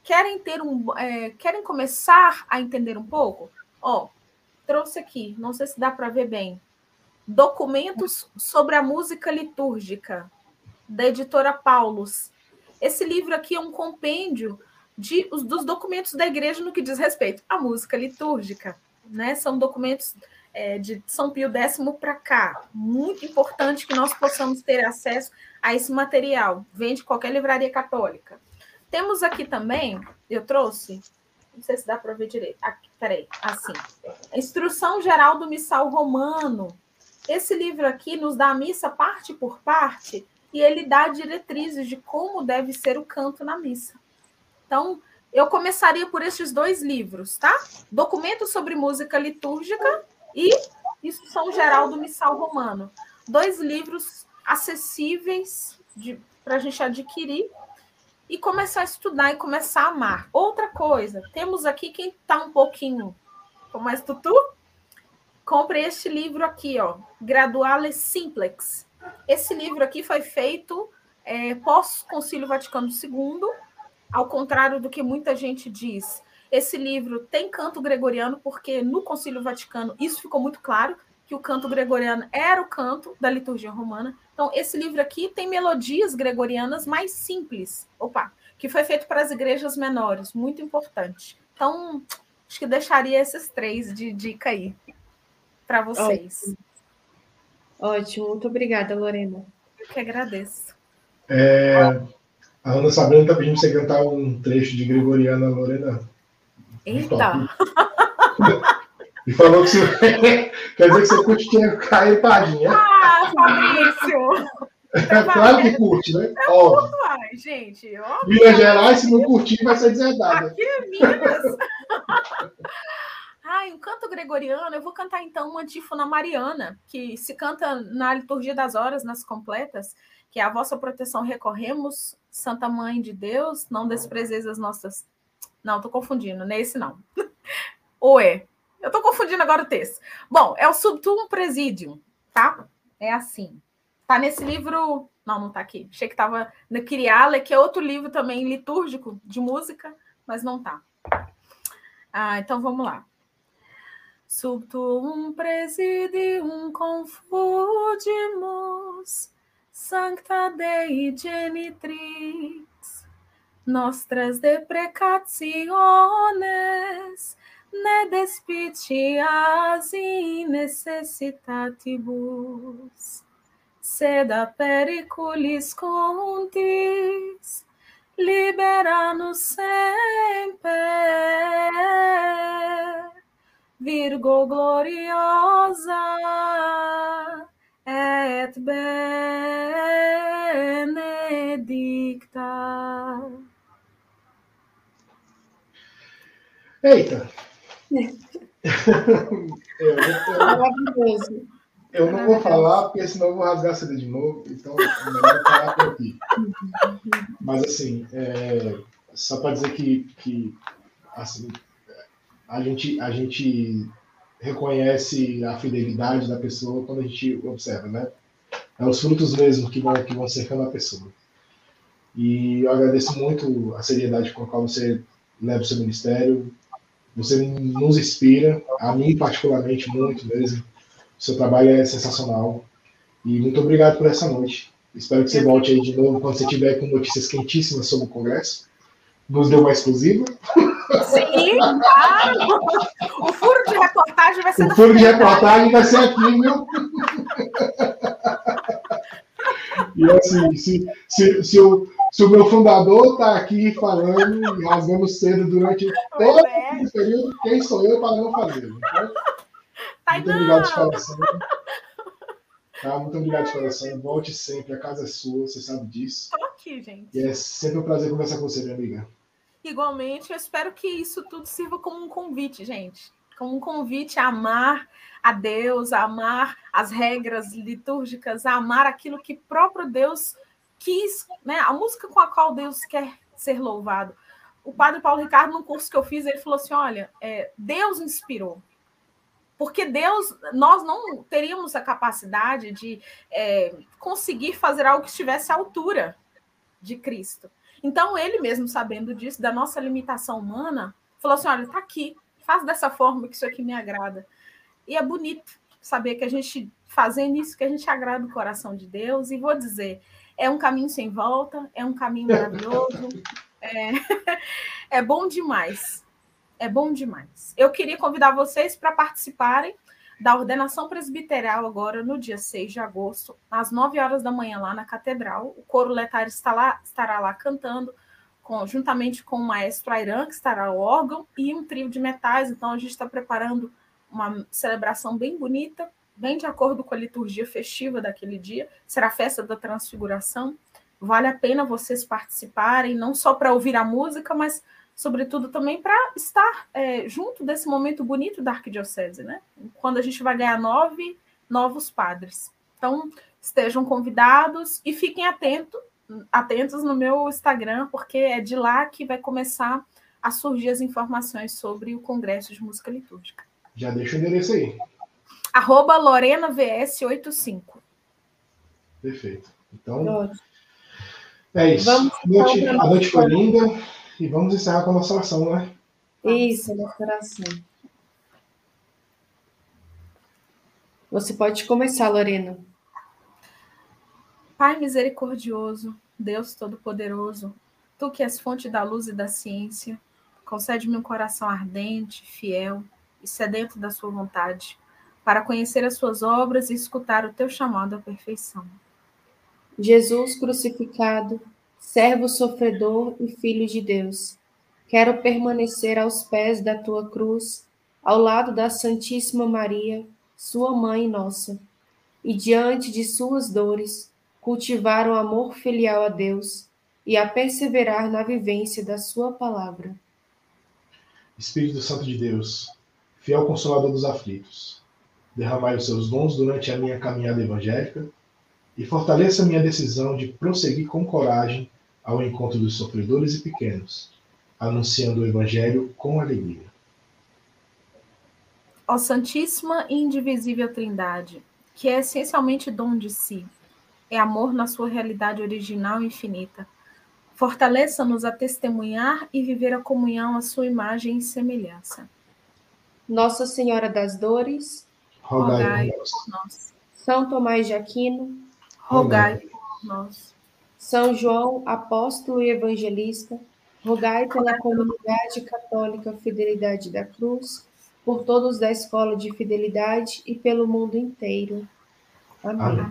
querem começar a entender um pouco? Trouxe aqui, não sei se dá para ver bem, Documentos sobre a Música Litúrgica, da editora Paulus. Esse livro aqui é um compêndio dos documentos da igreja no que diz respeito à música litúrgica, né? São documentos de São Pio X para cá. Muito importante que nós possamos ter acesso a esse material. Vem de qualquer livraria católica. Temos aqui também, eu trouxe, não sei se dá para ver direito. Aqui, peraí, assim. A Instrução Geral do Missal Romano. Esse livro aqui nos dá a missa parte por parte e ele dá diretrizes de como deve ser o canto na missa. Então, eu começaria por esses 2 livros, tá? Documentos sobre música litúrgica e Instrução Geral do Missal Romano. 2 livros acessíveis para a gente adquirir e começar a estudar e começar a amar. Outra coisa, temos aqui quem está um pouquinho com mais tutu, compre este livro aqui, Graduale Simplex. Esse livro aqui foi feito pós-Concílio Vaticano II, ao contrário do que muita gente diz. Esse livro tem canto gregoriano, porque no Concílio Vaticano isso ficou muito claro, que o canto gregoriano era o canto da liturgia romana. Então, esse livro aqui tem melodias gregorianas mais simples, que foi feito para as igrejas menores, muito importante. Então, acho que deixaria esses 3 de dica aí para vocês. Ótimo, muito obrigada, Lorena. Eu que agradeço. A Ana Sabrina está pedindo para você cantar um trecho de Gregoriana, Lorena. Eita! E falou que você quer dizer que você curte Caio e Padinha. Fabrício! Claro que curte, né? Óbvio. Gente. Minas Gerais, se não curtir, vai ser deserdado. Aqui é Minas. Um canto gregoriano, eu vou cantar então uma antífona mariana, que se canta na liturgia das horas, nas completas, que é a vossa proteção recorremos, Santa Mãe de Deus, não desprezeis as nossas... Não, estou confundindo, não é esse não. Eu estou confundindo agora o texto. Bom, é o Subtuum Presidium, tá? É assim. Tá nesse livro... Não está aqui. Achei que estava no Kyriale, que é outro livro também litúrgico, de música, mas não está. Então vamos lá. Subtuum Presidium confudimus, Sancta Dei Genitrix, nostras deprecationes, ne despicias in necessitatibus, sed a periculis contis, libera-nos sempre, Virgo gloriosa et benedicta. Eita! Maravilhoso. Eu não vou falar, porque senão eu vou rasgar a CD de novo, então é melhor falar por aqui. Mas, assim, só para dizer que assim, a gente reconhece a fidelidade da pessoa quando a gente observa, né? É os frutos mesmo que vão cercando a pessoa. E eu agradeço muito a seriedade com a qual você leva o seu ministério. Você nos inspira, a mim particularmente, muito mesmo. O seu trabalho é sensacional. E muito obrigado por essa noite. Espero que você volte aí de novo quando você tiver com notícias quentíssimas sobre o Congresso. Nos deu uma exclusiva. Sim, claro. O furo de reportagem vai ser O furo de reportagem vai ser aqui, viu? E assim, se o meu fundador está aqui falando e rasgando cedo durante todo esse período, quem sou eu para não fazer? Então, muito obrigado de coração. Tá? Muito obrigado de coração. Volte sempre, a casa é sua, você sabe disso. Estou aqui, gente. E é sempre um prazer conversar com você, minha amiga. Igualmente, eu espero que isso tudo sirva como um convite, gente. Como um convite a amar a Deus, a amar as regras litúrgicas, a amar aquilo que próprio Deus quis, né? A música com a qual Deus quer ser louvado. O padre Paulo Ricardo, num curso que eu fiz, ele falou assim, olha, Deus inspirou. Porque Deus, nós não teríamos a capacidade de conseguir fazer algo que estivesse à altura de Cristo. Então, ele mesmo, sabendo disso, da nossa limitação humana, falou assim, olha, está aqui, faz dessa forma que isso aqui me agrada. E é bonito saber que a gente, fazendo isso, que a gente agrada o coração de Deus. E vou dizer, é um caminho sem volta, é um caminho maravilhoso, é bom demais. É bom demais. Eu queria convidar vocês para participarem da ordenação presbiteral agora no dia 6 de agosto, às 9 horas da manhã, lá na Catedral. O coro letário estará lá cantando, juntamente com o maestro Airan, que estará ao órgão, e um trio de metais. Então, a gente está preparando uma celebração bem bonita, bem de acordo com a liturgia festiva daquele dia. Será a festa da Transfiguração. Vale a pena vocês participarem, não só para ouvir a música, mas sobretudo também para estar junto desse momento bonito da Arquidiocese, né? Quando a gente vai ganhar 9 novos padres. Então, estejam convidados e fiquem atentos no meu Instagram, porque é de lá que vai começar a surgir as informações sobre o Congresso de Música Litúrgica. Já deixa o endereço aí. @LorenaVS85. Perfeito. Então, é isso. A noite foi linda. E vamos encerrar com a nossa oração, né? Isso, nossa oração. Você pode começar, Lorena. Pai misericordioso, Deus Todo-Poderoso, Tu que és fonte da luz e da ciência, concede-me um coração ardente, fiel e sedento da sua vontade, para conhecer as suas obras e escutar o teu chamado à perfeição. Jesus crucificado, servo sofredor e filho de Deus, quero permanecer aos pés da tua cruz, ao lado da Santíssima Maria, sua mãe nossa, e diante de suas dores, cultivar o amor filial a Deus e a perseverar na vivência da sua palavra. Espírito Santo de Deus, fiel consolador dos aflitos, derramai os seus dons durante a minha caminhada evangélica e fortaleça minha decisão de prosseguir com coragem ao encontro dos sofredores e pequenos, anunciando o Evangelho com alegria. Ó Santíssima e Indivisível Trindade, que é essencialmente dom de si, é amor na sua realidade original e infinita, fortaleça-nos a testemunhar e viver a comunhão à sua imagem e semelhança. Nossa Senhora das Dores, Rogai por nós. São Tomás de Aquino, rogai por nós. São João, apóstolo e evangelista, Rogai pela comunidade católica Fidelidade da Cruz, por todos da Escola de Fidelidade e pelo mundo inteiro. Amém.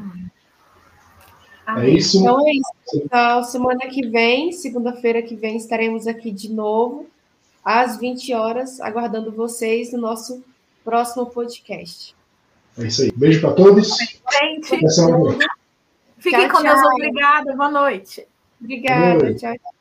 É isso. Então é isso, pessoal. Semana que vem, segunda-feira que vem, estaremos aqui de novo, às 20 horas, aguardando vocês no nosso próximo podcast. É isso aí. Beijo para todos. Gente, Até semana que vem. fiquem Tchau, com Deus. tchau. Obrigada. Boa noite. Obrigada. Oi. Tchau.